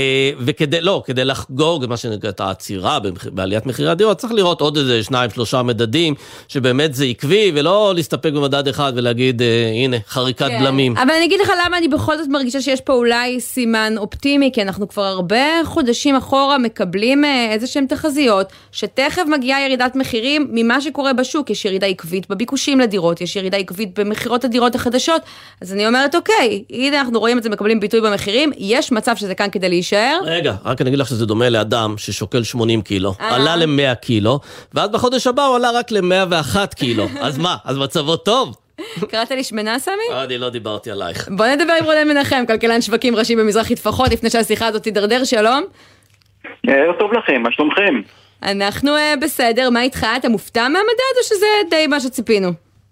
כדי לחגוג מה שנקרא את העצירה בעליית מחירי הדירות, צריך לראות עוד איזה 2-3 מדדים, שבאמת זה עקבי, ולא להסתפק במדד אחד ולהגיד, הנה, חריקת בלמים. אבל אני אגיד לך למה אני בכל זאת מרגישה שיש פה אולי סימן אופטימי, כי אנחנו כבר הרבה חודשים אחורה מקבלים איזשהם תחזיות, שתכף מגיעה ירידת מחירים ממה שקורה בשוק. יש ירידה עקבית בביקושים לדירות, יש ירידה עקבית במחירות הדירות החדשות, אז אני אומרת, אוקיי, הנה אנחנו רואים את זה, מקבלים ביטוי במחירים, יש מצב שזה כאן כדי להישאר. רגע, רק אני אגיד לך שזה דומה לאדם ששוקל 80 קילו, עלה ל-100 קילו, ואז בחודש הבא הוא עלה רק ל-101 קילו. אז מה? אז מצבו טוב? קראת לי שמנה, סמי? אני לא דיברתי עלייך. בוא נדבר עם רונן מנחם, כלכלן שווקים ראשי במזרחי טפחות, לפני שהשיחה הזאת תדרדר. שלום. טוב לכם, מה שלומכם? אנחנו בסדר, מה איתך? אתה מופתע מהמדד או שזה די מה שציפינו?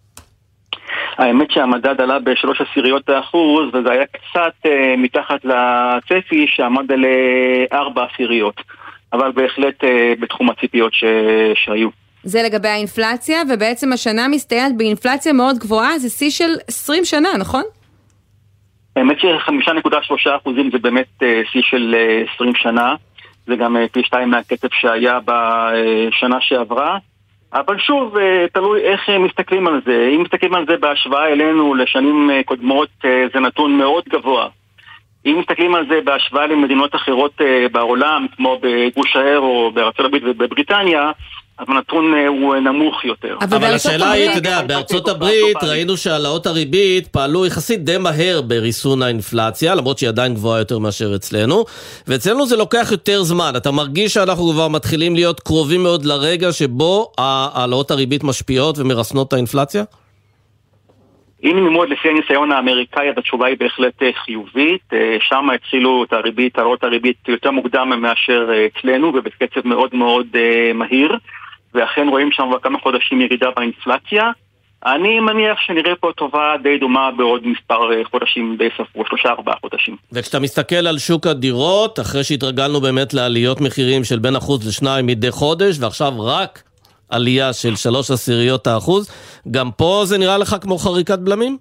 האמת שהמדד עלה ב3%, וזה היה קצת מתחת לצפי שעמד על 4%, אבל בהחלט בתחום הציפיות שהיו. זה לגבי האינפלציה, ובעצם השנה מסתיימת באינפלציה מאוד גבוהה, זה שיא של 20 שנה, נכון? האמת ש5.3% זה באמת שיא של 20 שנה, זה גם פי 2 מהקצב שהיה בשנה שעברה, אבל שוב, תלוי איך מסתכלים על זה. אם מסתכלים על זה בהשוואה אלינו לשנים קודמות, זה נתון מאוד גבוה. אם מסתכלים על זה בהשוואה למדינות אחרות בעולם, כמו בגוש האירו, בארצות הברית ובבריטניה, אז הנתון הוא נמוך יותר. אבל השאלה היא, אתה יודע, בארצות הברית ראינו שהעלאות הריבית פעלו יחסית די מהר בריסון האינפלציה, למרות שהיא עדיין גבוהה יותר מאשר אצלנו, ואצלנו זה לוקח יותר זמן. אתה מרגיש שאנחנו כבר מתחילים להיות קרובים מאוד לרגע שבו העלאות הריבית משפיעות ומרסנות את האינפלציה? אם נלמוד לפי הניסיון האמריקאי, אז התשובה היא בהחלט חיובית. שם התחילו את העלאות הריבית יותר מוקדם מאשר אצלנו, ובקצב מאוד מאוד מהיר. ואכן רואים שם כמה חודשים ירידה באינפלציה. אני מניח שנראה פה טובה די דומה בעוד מספר חודשים, בספרו 3-4 חודשים. וכשאתה מסתכל על שוק הדירות, אחרי שהתרגלנו באמת לעליות מחירים של בין 1% ל2% מדי חודש, ועכשיו רק עלייה של 0.3%, גם פה זה נראה לך כמו חריקת בלמים?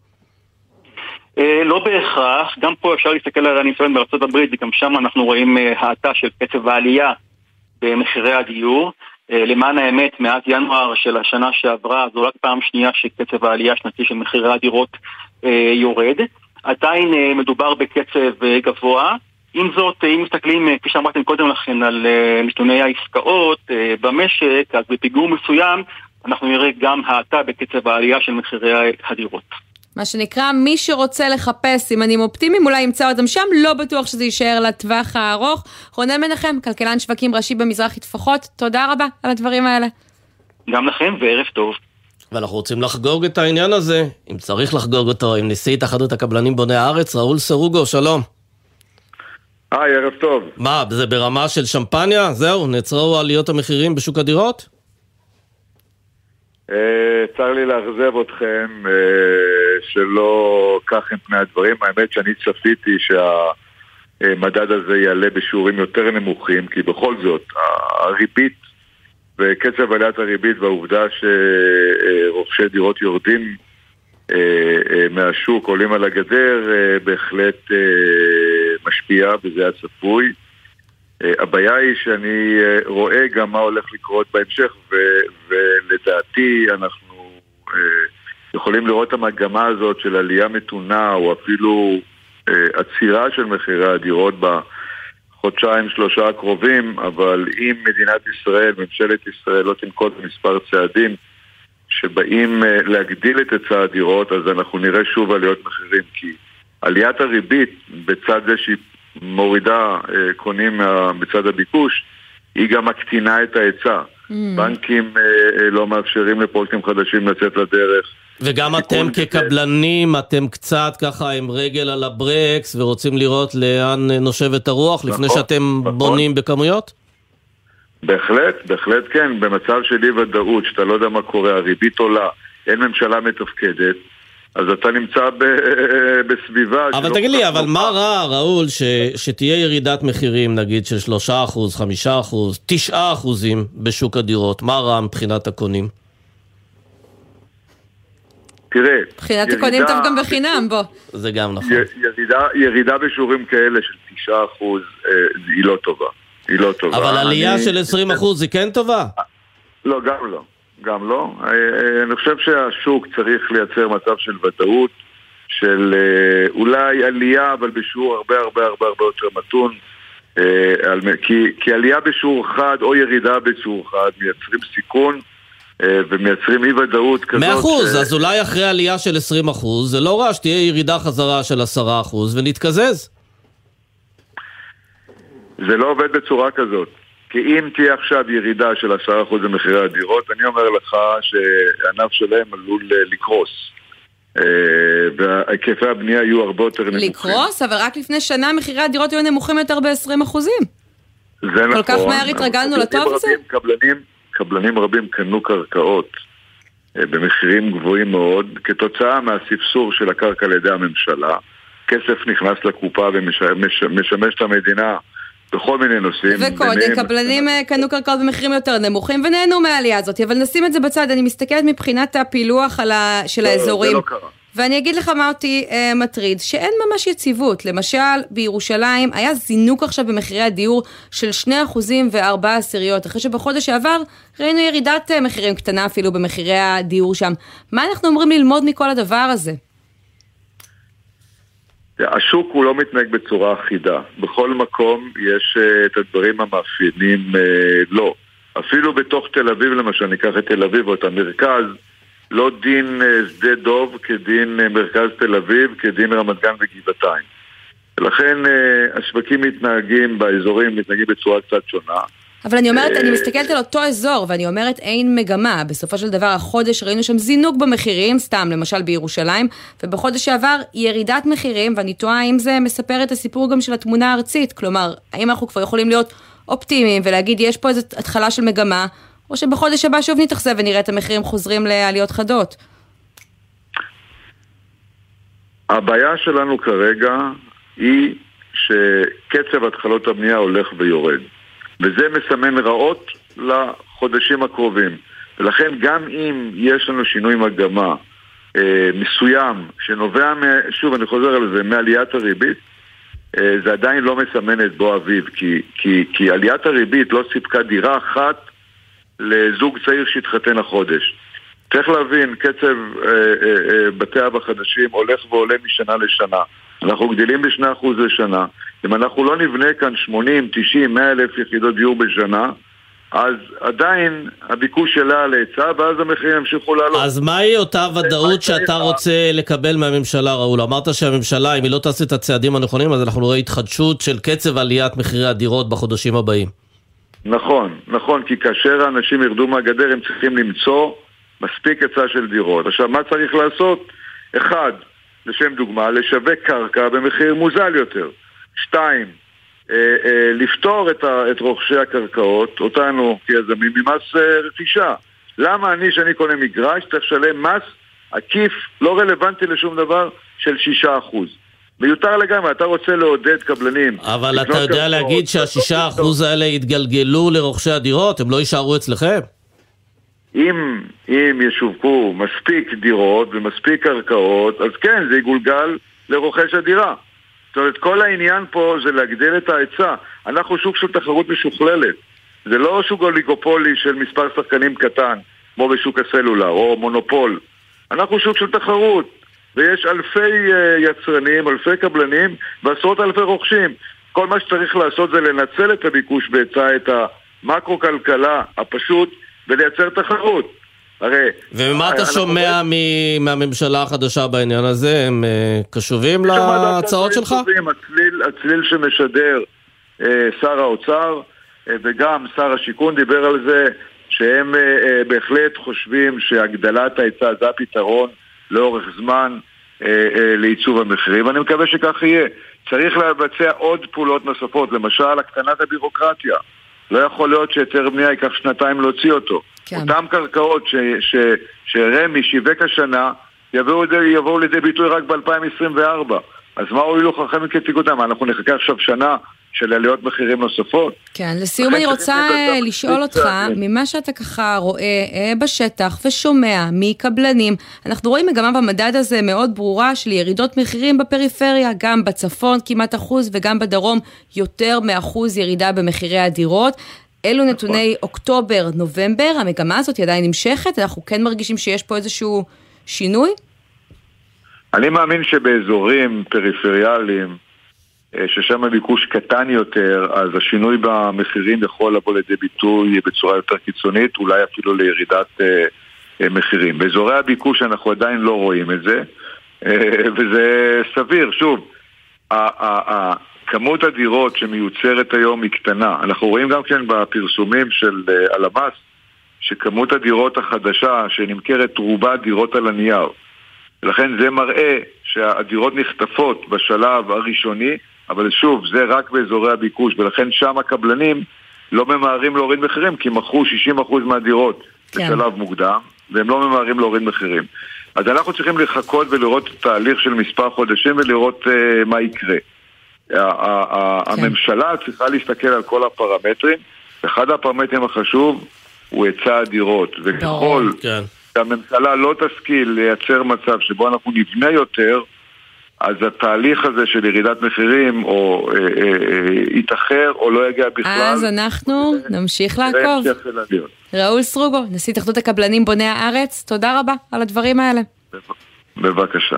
לא בהכרח, גם פה אפשר להסתכל על הניסיון בארצות הברית, וגם שם אנחנו רואים האטה של קצב העלייה במחירי הדיור. למען האמת, מאז ינואר של השנה שעברה, זו רק פעם שנייה שקצב העלייה השנתי של מחירי הדירות יורד. עדיין מדובר בקצב גבוה. עם זאת, אם מסתכלים, כפי שאמרתם קודם לכן, על נתוני העסקאות במשק, אז בפיגור מסוים אנחנו נראה גם האטה בקצב העלייה של מחירי הדירות. מה שנקרא, מי שרוצה לחפש סימנים אופטימיים, אולי ימצא אותם שם, לא בטוח שזה יישאר לטווח הארוך. רונן מנחם, כלכלן שווקים ראשי במזרחי טפחות, תודה רבה על הדברים האלה. גם לכם וערב טוב. ואנחנו רוצים לחגוג את העניין הזה, אם צריך לחגוג אותו, עם נשיא התאחדות הקבלנים בוני הארץ, ראול סרוגו, שלום. ערב טוב. מה, זה ברמה של שמפניה? זהו, נעצרו עליות המחירים בשוק הדירות? צר לי לאכזב אתכם שלא כך הם פני הדברים. האמת שאני צפיתי שהמדד הזה יעלה בשיעורים יותר נמוכים, כי בכל זאת הריבית וקצב עליית הריבית והעובדה שרוכשי דירות יורדים מהשוק, עולים על הגדר, בהחלט משפיע, וזה הצפוי. הבעיה היא שאני רואה גם מה הולך לקרות בהמשך, ולדעתי אנחנו יכולים לראות המגמה הזאת של עלייה מתונה, או אפילו עצירה של מחירי הדירות בחודשיים שלושה הקרובים, אבל אם מדינת ישראל, ממשלת ישראל, לא תנקוט במספר צעדים שבאים להגדיל את היצע הדירות, אז אנחנו נראה שוב עליות מחירים, כי עליית הריבית בצד זה שהיא מורידה קונים בצד הביקוש, היא גם מקטינה את ההיצע. בנקים לא מאפשרים לפרויקטים חדשים לצאת לדרך. וגם אתם כקבלנים, אתם קצת ככה עם רגל על הברקס ורוצים לראות לאן נושבת הרוח לפני שאתם בונים בכמויות? בהחלט כן. במצב של אי ודאות, שאתה לא יודע מה קורה, הריבית עולה, אין ממשלה מתפקדת, אז אתה נמצא בסביבה. אבל תגיד לי, אבל מה רע, ראול, שתהיה ירידת מחירים, נגיד של 3%, 5%, 9% בשוק הדירות? מה רע מבחינת הקונים? תראה, מבחינת הקונים טוב גם בחינם, בוא. זה גם נכון. ירידה בשיעורים כאלה של 9% היא לא טובה. היא לא טובה. אבל עלייה של 20% היא כן טובה? לא, גם לא. גם לא. אני חושב שהשוק צריך לייצר מצב של ודאות, של אולי עלייה, אבל בשיעור הרבה יותר מתון, כי עלייה בשיעור אחד או ירידה בשיעור אחד מייצרים סיכון ומייצרים אי ודאות כזאת. 100%, אז אולי אחרי עלייה של 20%, זה לא רע שתהיה ירידה חזרה של 10% ונתקזז. זה לא עובד בצורה כזאת. כי אם תהיה עכשיו ירידה של 10% במחירי הדירות, אני אומר לך שהענף שלהם עלול לקרוס. והיקפי הבנייה יהיו הרבה יותר נמוכים. לקרוס? אבל רק לפני שנה מחירי הדירות היו נמוכים יותר ב-20%. זה נכון. כל כך מהר התרגלנו לטוב הזה? קבלנים רבים קנו קרקעות במחירים גבוהים מאוד, כתוצאה מהספסור של הקרקע לידי הממשלה. כסף נכנס לקופה ומשמש את המדינה בכל מיני נושאים. וקודם, קבלנים קנו קרקעות במחירים יותר נמוכים ונהנו מהעלייה הזאת, אבל נשים את זה בצד. אני מסתכלת מבחינת הפילוח של האזורים. זה לא קרה. ואני אגיד לך מה אותי מטריד, שאין ממש יציבות. למשל, בירושלים היה זינוק עכשיו במחירי הדיור של 2.4%, אחרי שבחודש שעבר ראינו ירידת מחירים קטנה אפילו במחירי הדיור שם. מה אנחנו אומרים ללמוד מכל הדבר הזה? השוק הוא לא מתנהג בצורה אחידה. בכל מקום יש את הדברים המאפיינים לא. אפילו בתוך תל אביב, למשל, ניקח את תל אביב או את המרכז, לא דין שדה דוב כדין מרכז תל אביב, כדין רמת גן וגבעתיים. ולכן השווקים מתנהגים באזורים, מתנהגים בצורה קצת שונה. אבל אני אומרת, אני מסתכלת על אותו אזור, ואני אומרת, אין מגמה. בסופו של דבר, החודש ראינו שם זינוק במחירים, סתם, למשל בירושלים, ובחודש שעבר ירידת מחירים, ואני תוהה האם זה מספר את הסיפור גם של התמונה הארצית. כלומר, האם אנחנו כבר יכולים להיות אופטימיים, ולהגיד, יש פה איזו התחלה של מגמה, או שבחודש הבא שוב נתחזב ונראה את המחירים חוזרים לעליות חדות? הבעיה שלנו כרגע היא שקצב התחלות הבנייה הולך ויורד. וזה מסמן רעות לחודשים הקרובים. ולכן גם אם יש לנו שינוי מגמה מסוים שנובע, שוב אני חוזר על זה, מעליית הריבית, זה עדיין לא מסמן את בוא אביב, כי עליית הריבית לא סיפקה דירה אחת לזוג צעיר שהתחתן החודש. צריך להבין, קצב בתי אב החדשים הולך ועולה משנה לשנה. אנחנו גדילים ב2% לשנה. אם אנחנו לא נבנה כאן 80, 90, 100 אלף יחידות דיור בשנה, אז עדיין הביקוש שלה להיצע, ואז המחירים ימשיכו לעלות. אז מהי אותה ודאות שאתה רוצה לקבל מהממשלה, ראול? אמרת שהממשלה, אם היא לא תעשה את הצעדים הנכונים, אז אנחנו נראה התחדשות של קצב עליית מחירי הדירות בחודשים הבאים. נכון, כי כאשר האנשים ירדו מהגדר, הם צריכים למצוא מספיק היצע של דירות. עכשיו, מה צריך לעשות? אחד, לשם דוגמה, לשווק קרקע במחיר מוזל יותר. 2, לפתור את רוכשי הקרקעות, אותנו כיזמים, ממס רכישה. למה אני, שאני קונה מגרש, צריך לשלם מס עקיף, לא רלוונטי לשום דבר, של 6%. מיותר לגמרי, אתה רוצה לעודד קבלנים. אבל אתה יודע להגיד שה6% האלה יתגלגלו לרוכשי הדירות, הם לא יישארו אצלכם? אם ישווקו מספיק דירות ומספיק קרקעות, אז כן, זה יגולגל לרוכש הדירה. זאת אומרת, כל העניין פה זה להגדיל את ההיצע. אנחנו שוק של תחרות משוכללת. זה לא שוק אוליגופולי של מספר שחקנים קטן, כמו בשוק הסלולר, או מונופול. אנחנו שוק של תחרות, ויש אלפי יצרנים, אלפי קבלנים, ועשרות אלפי רוכשים. כל מה שצריך לעשות זה לנצל את הביקוש בהיצע, את המקרו-כלכלה הפשוט, ולייצר תחרות. הרי... ומה אתה שומע מהממשלה החדשה בעניין הזה? הם קשובים להצעות שלך? הצליל שמשדר שר האוצר וגם שר השיכון דיבר על זה שהם בהחלט חושבים שהגדלת ההיצע זה הפתרון לאורך זמן לעיצוב המחירים. אני מקווה שכך יהיה. צריך לבצע עוד פעולות נוספות, למשל הקטנת הבירוקרטיה. לא יכול להיות שיותר בנייה ייקח 2 להוציא אותו. כן. אותם קרקעות שרמי שיווק השנה יבואו לידי ביטוי רק ב-2024. אז מה הועילו חכמים כתיקותם? אנחנו נחכה עכשיו שנה של עליות מחירים נוספות. כן, לסיום אני רוצה לשאול אותך, ממה שאתה ככה רואה בשטח ושומע מקבלנים, אנחנו רואים מגמה במדד הזה מאוד ברורה של ירידות מחירים בפריפריה, גם בצפון כמעט 1% וגם בדרום יותר מ1% ירידה במחירי הדירות. אלו נתוני אוקטובר, נובמבר, המגמה הזאת עדיין נמשכת, אנחנו כן מרגישים שיש פה איזשהו שינוי? אני מאמין שבאזורים פריפריאליים, ששם הביקוש קטן יותר, אז השינוי במחירים יכול לבוא לידי ביטוי בצורה יותר קיצונית, אולי אפילו לירידת מחירים. באזורי הביקוש אנחנו עדיין לא רואים את זה, וזה סביר. שוב, כמות הדירות שמיוצרת היום היא קטנה. אנחנו רואים גם כן בפרסומים של הלמ"ס, שכמות הדירות החדשה שנמכרת רובה דירות על הנייר. ולכן זה מראה שהדירות נחטפות בשלב הראשוני, אבל שוב, זה רק באזורי הביקוש, ולכן שם הקבלנים לא ממהרים להוריד מחירים, כי מכרו 60% מהדירות בשלב מוקדם, והם לא ממהרים להוריד מחירים. אז אנחנו צריכים לחכות ולראות תהליך של מספר חודשים ולראות מה יקרה. הממשלה צריכה להסתכל על כל הפרמטרים, אחד הפרמטרים החשוב הוא היצע הדירות, וככל שהממשלה לא תשכיל לייצר מצב שבו אנחנו נבנה יותר, אז התהליך הזה של ירידת מחירים או יתאחר או לא יגיע בכלל. אז אנחנו נמשיך לעקוב. ראול סרוגו, נשיא התאחדות הקבלנים בוני הארץ, תודה רבה על הדברים האלה. בבקשה.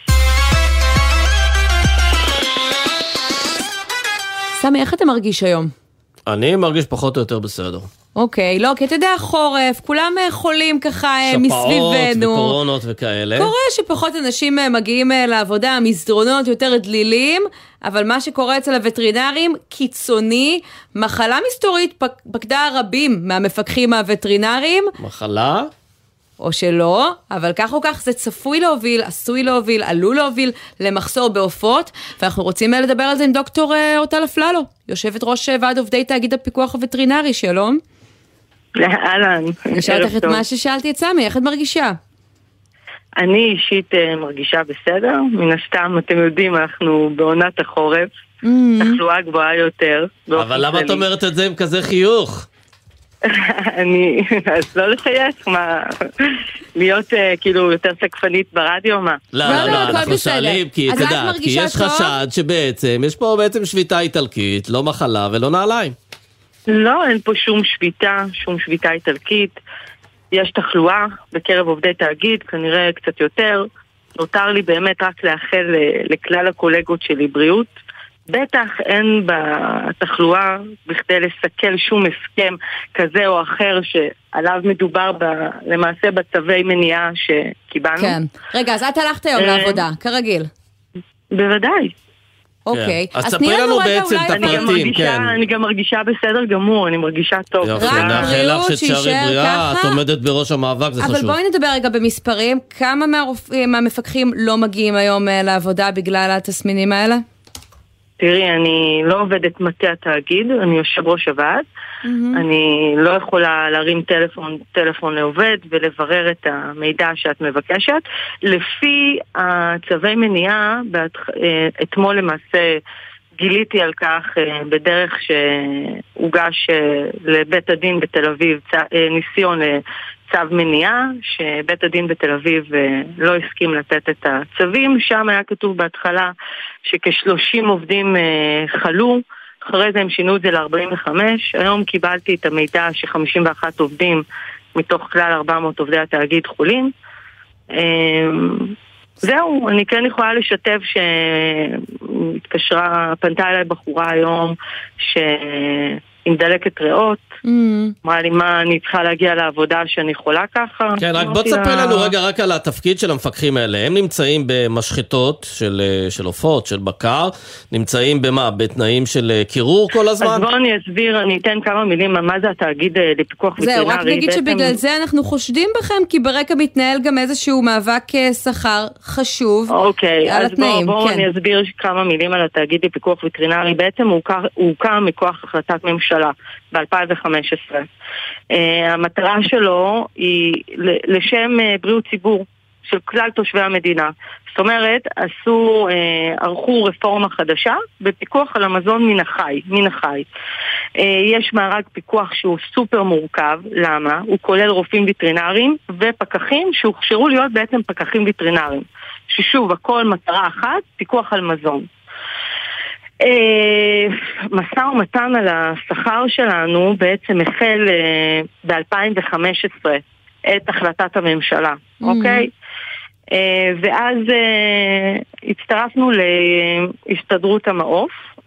סמי, איך אתה מרגיש היום? אני מרגיש פחות או יותר בסדר. אוקיי, לא, כי אתה יודע, חורף, כולם חולים ככה מסביבנו. שפעות וקורונות וכאלה. קורה שפחות אנשים מגיעים לעבודה, המסדרונות יותר דלילים, אבל מה שקורה אצל הווטרינרים, קיצוני, מחלה מסתורית פקדה רבים מהמפקחים הווטרינרים. מחלה? או שלא, אבל כך או כך זה צפוי להוביל, עשוי להוביל, עלול להוביל למחסור בעופות, ואנחנו רוצים לדבר על זה עם דוקטור אורטל אפללו, יושבת ראש ועד עובדי תאגיד הפיקוח הווטרינרי, שלום. אהלן. נשאלת לך את מה ששאלתי את סמי, איך את מרגישה? אני אישית מרגישה בסדר, מן הסתם אתם יודעים, אנחנו בעונת החורף, תחלואה גבוהה יותר. אבל למה את אומרת את זה עם כזה חיוך? אז לא לחייך, מה, להיות כאילו יותר סקפנית ברדיו, מה? לא, אנחנו שואלים, כי את יודעת, כי יש חשד שבעצם, יש פה בעצם שביתה איטלקית, לא מחלה ולא נעליים. לא, אין פה שום שביתה איטלקית, יש תחלואה בקרב עובדי תאגיד, כנראה קצת יותר, נותר לי באמת רק לאחל לכלל הקולגות שלי בריאות, בטח אין בתחלואה בכדי לסכל שום הסכם כזה או אחר שעליו מדובר למעשה בצווי מניעה שקיבלנו. כן. רגע, אז את הלכת היום לעבודה, כרגיל. בוודאי. אוקיי. אז ספרי לנו בעצם את הפרטים, כן. אני גם מרגישה בסדר גמור, אני מרגישה טוב. יופי, נאחל לך שתשארי בריאה, את עומדת בראש המאבק, זה חשוב. אבל בואי נדבר רגע במספרים, כמה מהמפקחים לא מגיעים היום לעבודה בגלל התסמינים האלה? תראי, אני לא עובדת מטה התאגיד, אני יושב ראש הוועד, אני לא יכולה להרים טלפון לעובד ולברר את המידע שאת מבקשת. לפי הצווי מניעה, אתמול למעשה גיליתי על כך בדרך שהוגש לבית הדין בתל אביב ניסיון צו מניעה, שבית הדין בתל אביב לא הסכים לתת את הצווים. שם היה כתוב בהתחלה שכ-30 עובדים חלו, אחרי זה הם שינו את זה ל-45. היום קיבלתי את המידע ש-51 עובדים מתוך כלל 400 עובדי התאגיד חולים. זהו, אני כן יכולה לשתף פנתה אליי בחורה היום עם דלקת ריאות, אמרה לי מה אני צריכה להגיע לעבודה שאני חולה ככה. כן, רק בוא תספר לנו רגע רק על התפקיד של המפקחים האלה. הם נמצאים במשחטות של עופות, של בקר, נמצאים במה? בתנאים של קירור כל הזמן? אז בוא אני אסביר, אני אתן כמה מילים מה זה התאגיד לפיקוח וטרינרי. זהו, רק נגיד שבגלל זה אנחנו חושדים בכם, כי ברקע מתנהל גם איזשהו מאבק שכר חשוב על התנאים. בואו אני אסביר כמה מילים על התאגיד לפיקוח וטרינרי. בעצם הוא הוקם מכוח החלטת ממשלה ב-2015. המטרה שלו היא לשם בריאות ציבור של כלל תושבי המדינה. זאת אומרת, ערכו רפורמה חדשה בפיקוח על המזון מן החי. יש מארג פיקוח שהוא סופר מורכב. למה? הוא כולל רופאים וטרינרים ופקחים שהוכשרו להיות בעצם פקחים וטרינרים. ששוב, הכל מטרה אחת, פיקוח על מזון. משא ומתן על השכר שלנו בעצם החל ב-2015 את החלטת הממשלה, אוקיי? ואז הצטרפנו להסתדרות המעוף,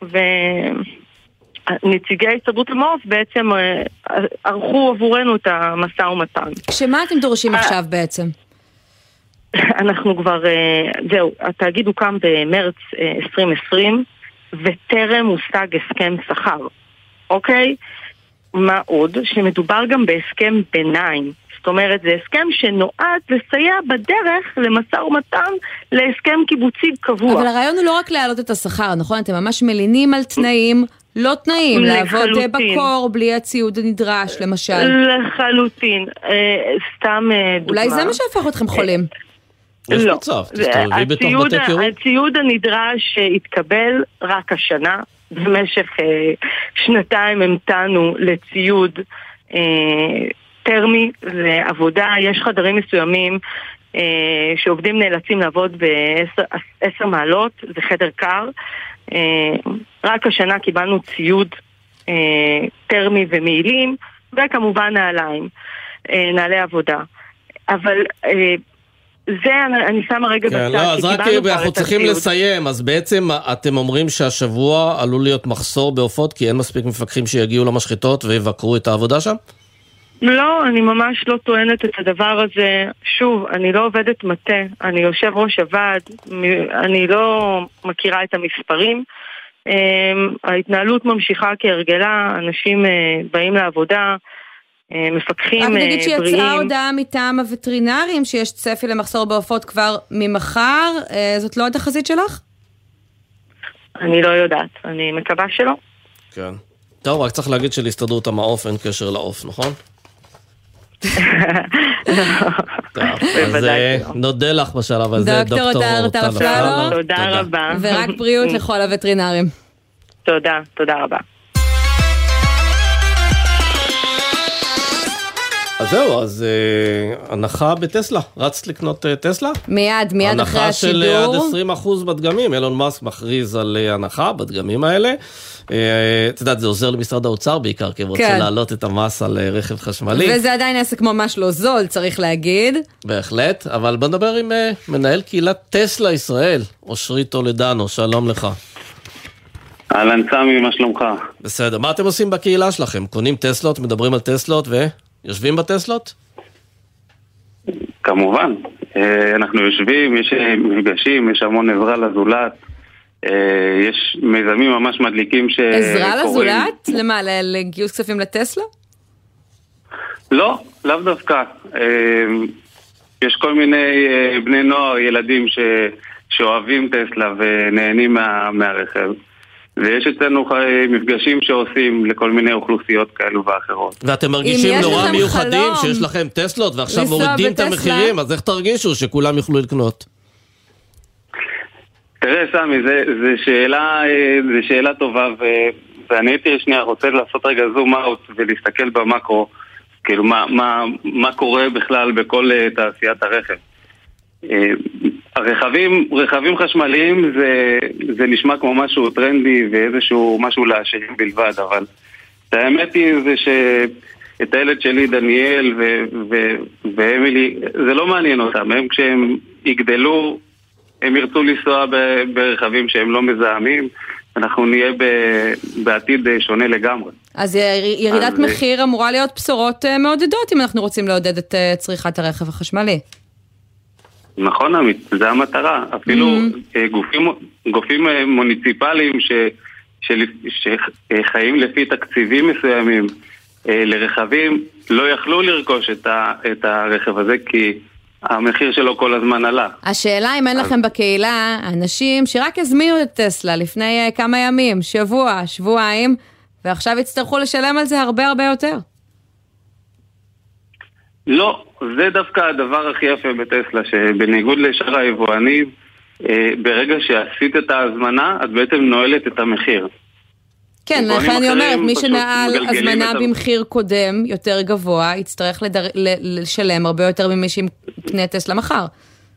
ונציגי הסתדרות המעוף בעצם ערכו עבורנו את המשא ומתן. שמה אתם דורשים עכשיו בעצם? אנחנו כבר, זהו, התאגיד הוקם במרץ 2020, וטרם הושג הסכם שכר, אוקיי? מה עוד? שמדובר גם בהסכם ביניים. זאת אומרת, זה הסכם שנועד לסייע בדרך למשא ומתן להסכם קיבוצי קבוע. אבל הרעיון הוא לא רק להעלות את השכר, נכון? אתם ממש מלינים על תנאים, לא תנאים, לעבוד בקור בלי הציוד הנדרש, למשל. לחלוטין. סתם דוגמה. אולי זה מה שהפך אתכם חולים. לא, הציוד הנדרש התקבל רק השנה. במשך שנתיים המתנו לציוד טרמי לעבודה. יש חדרים מסוימים שעובדים נאלצים לעבוד ב10 מעלות, זה חדר קר. רק השנה קיבלנו ציוד טרמי ומעילים, וכמובן נעלי עבודה. אבל זה אני שמה רגע בצד. לא, אז רק אנחנו צריכים לסיים. אז בעצם אתם אומרים שהשבוע עלול להיות מחסור בעופות, כי אין מספיק מפקחים שיגיעו למשחטות ויבקרו את העבודה שם? לא, אני ממש לא טוענת את הדבר הזה. שוב, אני לא עובדת מטה, אני יושב ראש הוועד, אני לא מכירה את המספרים. ההתנהלות ממשיכה כהרגלה, אנשים באים לעבודה, מפקחים בריאים. רק נגיד שיצאה הודעה מטעם הווטרינרים שיש צפי למחסור בעופות כבר ממחר, זאת לא התחזית שלך? אני לא יודעת, אני מקווה שלא. כן. טוב, רק צריך להגיד שלהסתדרות המעוף אין קשר לעוף, נכון? אז נודה לך בשלב הזה, דוקטור טל אפללו. תודה רבה. ורק בריאות לכל הווטרינרים. תודה, תודה רבה. אז זהו, אז הנחה בטסלה. רצת לקנות טסלה? מיד אחרי השידור. הנחה של עד 20% בדגמים. אילון מאסק מכריז על הנחה בדגמים האלה. את יודעת, זה עוזר למשרד האוצר בעיקר, כי הם רוצים להעלות את המס על רכב חשמלי. וזה עדיין עסק ממש לא זול, צריך להגיד. בהחלט, אבל בוא נדבר עם מנהל קהילת טסלה ישראל, אושרי טולדנו, שלום לך. אהלן סמי, מה שלומך? בסדר, מה אתם עושים בקהילה שלכם? קונים טסלות, מדברים על טסלות ויושבים בטסלות? כמובן, אנחנו יושבים, יש מפגשים, יש המון עזרה לזולת, יש מיזמים ממש מדליקים שקוראים... עזרה לזולת? למה? לגיוס כספים לטסלה? לא, לאו דווקא. יש כל מיני בני נוער, ילדים שאוהבים טסלה ונהנים מהרכב. ויש אצלנו מפגשים שעושים לכל מיני אוכלוסיות כאלו ואחרות. ואתם מרגישים נורא מיוחדים שיש לכם טסלות ועכשיו מורידים את המחירים, אז איך תרגישו שכולם יוכלו לקנות? תראה סמי, זה שאלה טובה, ואני הייתי שנייה רוצה לעשות רגע זום אאוט ולהסתכל במקרו, כאילו מה קורה בכלל בכל תעשיית הרכב. רכבים חשמליים זה נשמע כמו משהו טרנדי ואיזשהו משהו לעשירים בלבד, אבל האמת היא זה שאת הילד שלי דניאל ואמילי זה לא מעניין אותם, הם כשהם יגדלו הם ירצו לנסוע ברכבים שהם לא מזהמים, אנחנו נהיה בעתיד שונה לגמרי. אז ירידת מחיר אמורה להיות בשורות מעודדות אם אנחנו רוצים לעודד את צריכת הרכב החשמלי. נכון עמית, זה המטרה. אפילו גופים מוניציפליים שחיים לפי תקציבים מסוימים לרכבים לא יכלו לרכוש את הרכב הזה כי המחיר שלו כל הזמן עלה. השאלה אם אין לכם בקהילה אנשים שרק הזמינו את טסלה לפני כמה ימים, שבועיים, ועכשיו יצטרכו לשלם על זה הרבה הרבה יותר. לא, זה דווקא הדבר הכי יפה בטסלה, שבניגוד לשאר היבואנים, ברגע שעשית את ההזמנה, את בעצם נועלת את המחיר. כן, לכן אני אומרת, מי שנעל הזמנה במחיר קודם יותר גבוה, יצטרך לשלם הרבה יותר ממי שיקנה טסלה מחר.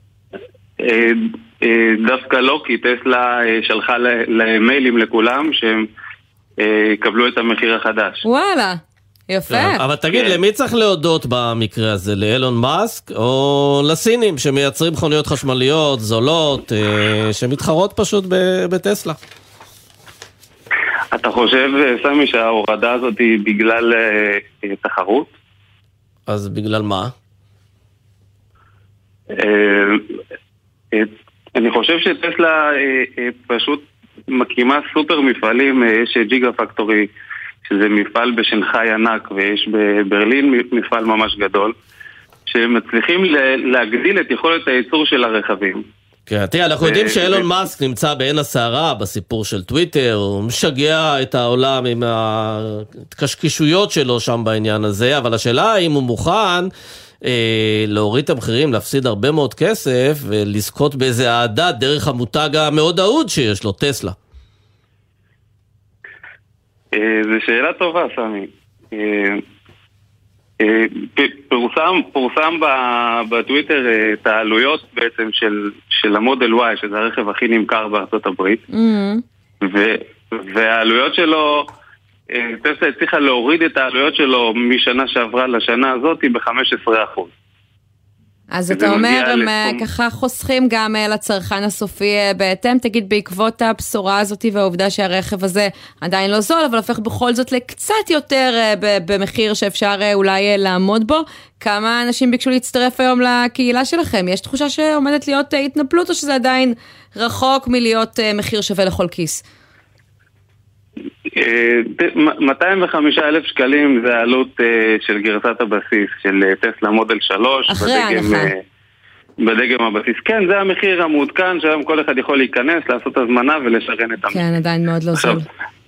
דווקא לא, כי טסלה שלחה למיילים לכולם שהם יקבלו את המחיר החדש. וואלה, יפה. אבל תגיד, למי צריך להודות במקרה הזה? לאילון מאסק או לסינים שמייצרים מכוניות חשמליות, זולות, שמתחרות פשוט בטסלה? אתה חושב, סמי, שההורדה הזאת היא בגלל תחרות? אז בגלל מה? אני חושב שטסלה פשוט מקימה סופר מפעלים, יש ג'יגה פקטורי, שזה מפעל בשנגחאי ענק, ויש בברלין מפעל ממש גדול, שמצליחים להגדיל את יכולת הייצור של הרכבים. כן, תראה, אנחנו יודעים שאילון מאסק נמצא בעין הסערה בסיפור של טוויטר, הוא משגע את העולם עם הקשקשויות שלו שם בעניין הזה, אבל השאלה האם הוא מוכן להוריד את המחירים, להפסיד הרבה מאוד כסף, ולזכות באיזה אהדה דרך המותג המאוד אהוד שיש לו, טסלה. זו שאלה טובה, סמי. פורסם בטוויטר את העלויות בעצם של המודל Y, שזה הרכב הכי נמכר בארצות הברית, והעלויות שלו, טסלה הצליחה להוריד את העלויות שלו משנה שעברה לשנה הזאת ב-15%. אז אתה אומר, הם ככה חוסכים גם לצרכן הסופי בהתאם, תגיד, בעקבות הבשורה הזאת והעובדה שהרכב הזה עדיין לא זול, אבל הופך בכל זאת לקצת יותר במחיר שאפשר אולי לעמוד בו. כמה אנשים ביקשו להצטרף היום לקהילה שלכם? יש תחושה שעומדת להיות התנפלות, או שזה עדיין רחוק מלהיות מחיר שווה לכל כיס? 205,000 שקלים זה העלות של גרסת הבסיס של טסלה מודל 3 בדגם הבסיס. כן, זה המחיר המעודכן שהיום כל אחד יכול להיכנס, לעשות הזמנה ולשרן את המחיר. כן, עדיין מאוד לא זול.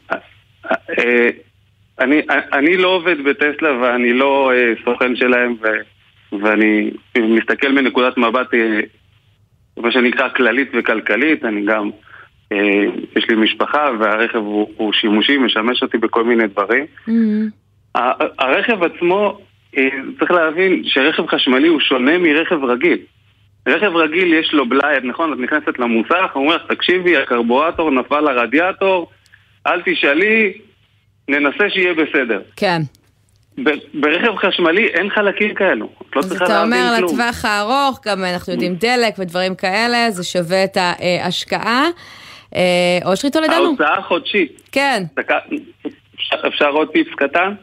אני לא עובד בטסלה ואני לא סוכן שלהם, ואני מסתכל מנקודת מבט מה שנקרא כללית וכלכלית. אני גם יש לי משפחה והרכב הוא שימושי, משמש אותי בכל מיני דברים. הרכב עצמו, צריך להבין שרכב חשמלי הוא שונה מרכב רגיל. רכב רגיל יש לו בלייד, נכון? את נכנסת למוסך, הוא אומר, תקשיבי, הקרבורטור נפל לרדיאטור, אל תשאלי, ננסה שיהיה בסדר. כן. ברכב חשמלי אין חלקים כאלו. אז אתה אומר לטווח הארוך, גם אנחנו יודעים דלק ודברים כאלה, זה שווה את ההשקעה. אושרי תולדנו. ההוצאה החודשית. כן. אפשר עוד טיפס קטן?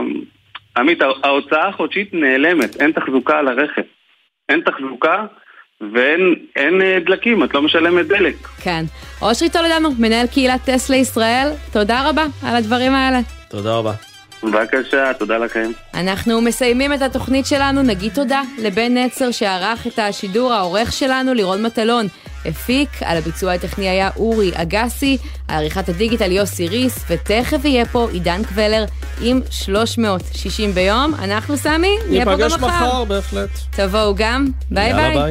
עמית, ההוצאה החודשית נעלמת, אין תחזוקה על הרכב. אין תחזוקה, ואין דלקים, את לא משלמת דלק. כן. אושרי טולדנו, מנהל קהילת טסלה ישראל, תודה רבה על הדברים האלה. תודה רבה. בבקשה, תודה לכם. אנחנו מסיימים את התוכנית שלנו, נגיד תודה לבן נצר שערך את השידור, העורך שלנו לירון מטלון הפיק, על הביצוע הטכני היה אורי אגסי, העריכת הדיגיטל יוסי ריס, ותכף יהיה פה עידן קבלר עם 360 ביום. אנחנו סמי, נהיה פה גם מחר. ניפגש מחר בהחלט. תבואו גם, ביי ביי. יאללה ביי.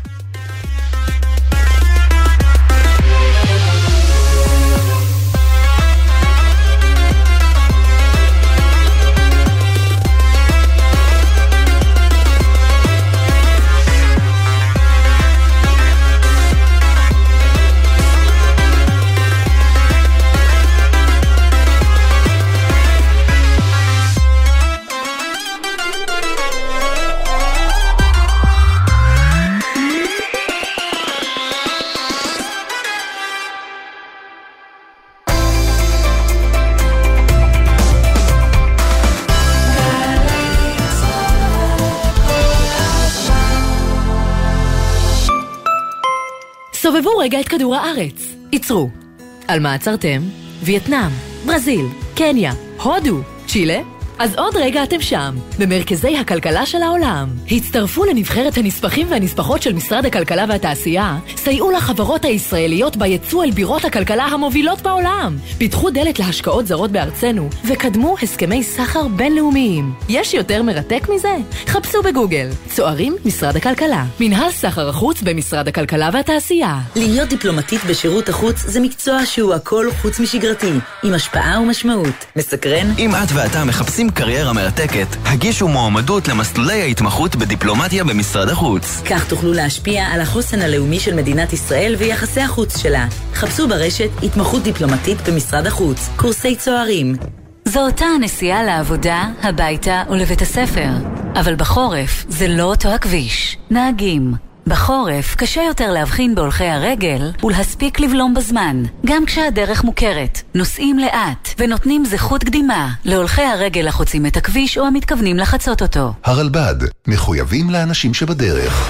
סובבו רגע את כדור הארץ. עצרו. על מה עצרתם? וייטנאם, ברזיל, קניה, הודו, צ'ילה? אז עוד רגע אתם שם, במרכזי הכלכלה של העולם. הצטרפו לנבחרת הנספחים והנספחות של משרד הכלכלה והתעשייה, סייעו לחברות הישראליות ביצוא אל בירות הכלכלה המובילות בעולם, פיתחו דלת להשקעות זרות בארצנו, וקדמו הסכמי סחר בינלאומיים. יש יותר מרתק מזה? חפשו בגוגל. צוערים משרד הכלכלה. מנהל סחר החוץ במשרד הכלכלה והתעשייה. להיות דיפלומטית בשירות החוץ זה מקצוע שהוא הכל חוץ משגרתי, עם השפעה ומשמעות. מסקרן? אם את ואתה מחפשים קריירה מרתקת, הגישו מועמדות למסלולי ההתמחות בדיפלומטיה במשרד החוץ. כך תוכלו להשפיע על החוסן הלאומי של מדינת ישראל ויחסי החוץ שלה. חפשו ברשת התמחות דיפלומטית במשרד החוץ, קורסי צוערים. זו אותה הנסיעה לעבודה, הביתה ולבית הספר. אבל בחורף זה לא אותו הכביש. נהגים. בחורף קשה יותר להבחין בהולכי הרגל ולהספיק לבלום בזמן, גם כשהדרך מוכרת. נוסעים לאט ונותנים זכות קדימה להולכי הרגל החוצים את הכביש או המתכוונים לחצות אותו. הרלב"ד, מחויבים לאנשים שבדרך.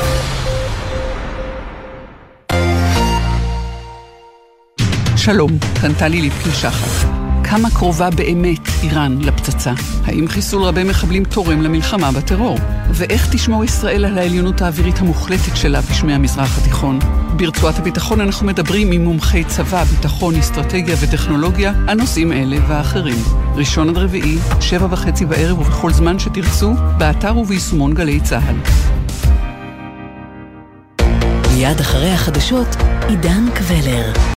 שלום, כאן טלי ליפקין-שחק. כמה קרובה באמת איראן לפצצה? האם חיסול רבי מחבלים תורם למלחמה בטרור? ואיך תשמור ישראל על העליונות האווירית המוחלטת שלה בשמי המזרח התיכון? ברצועת הביטחון אנחנו מדברים עם מומחי צבא, ביטחון, אסטרטגיה וטכנולוגיה על נושאים אלה ואחרים. ראשון עד רביעי, 7:30 בערב ובכל זמן שתרצו, באתר וביישומון גלי צהל. מיד אחרי החדשות, עידן קבלר.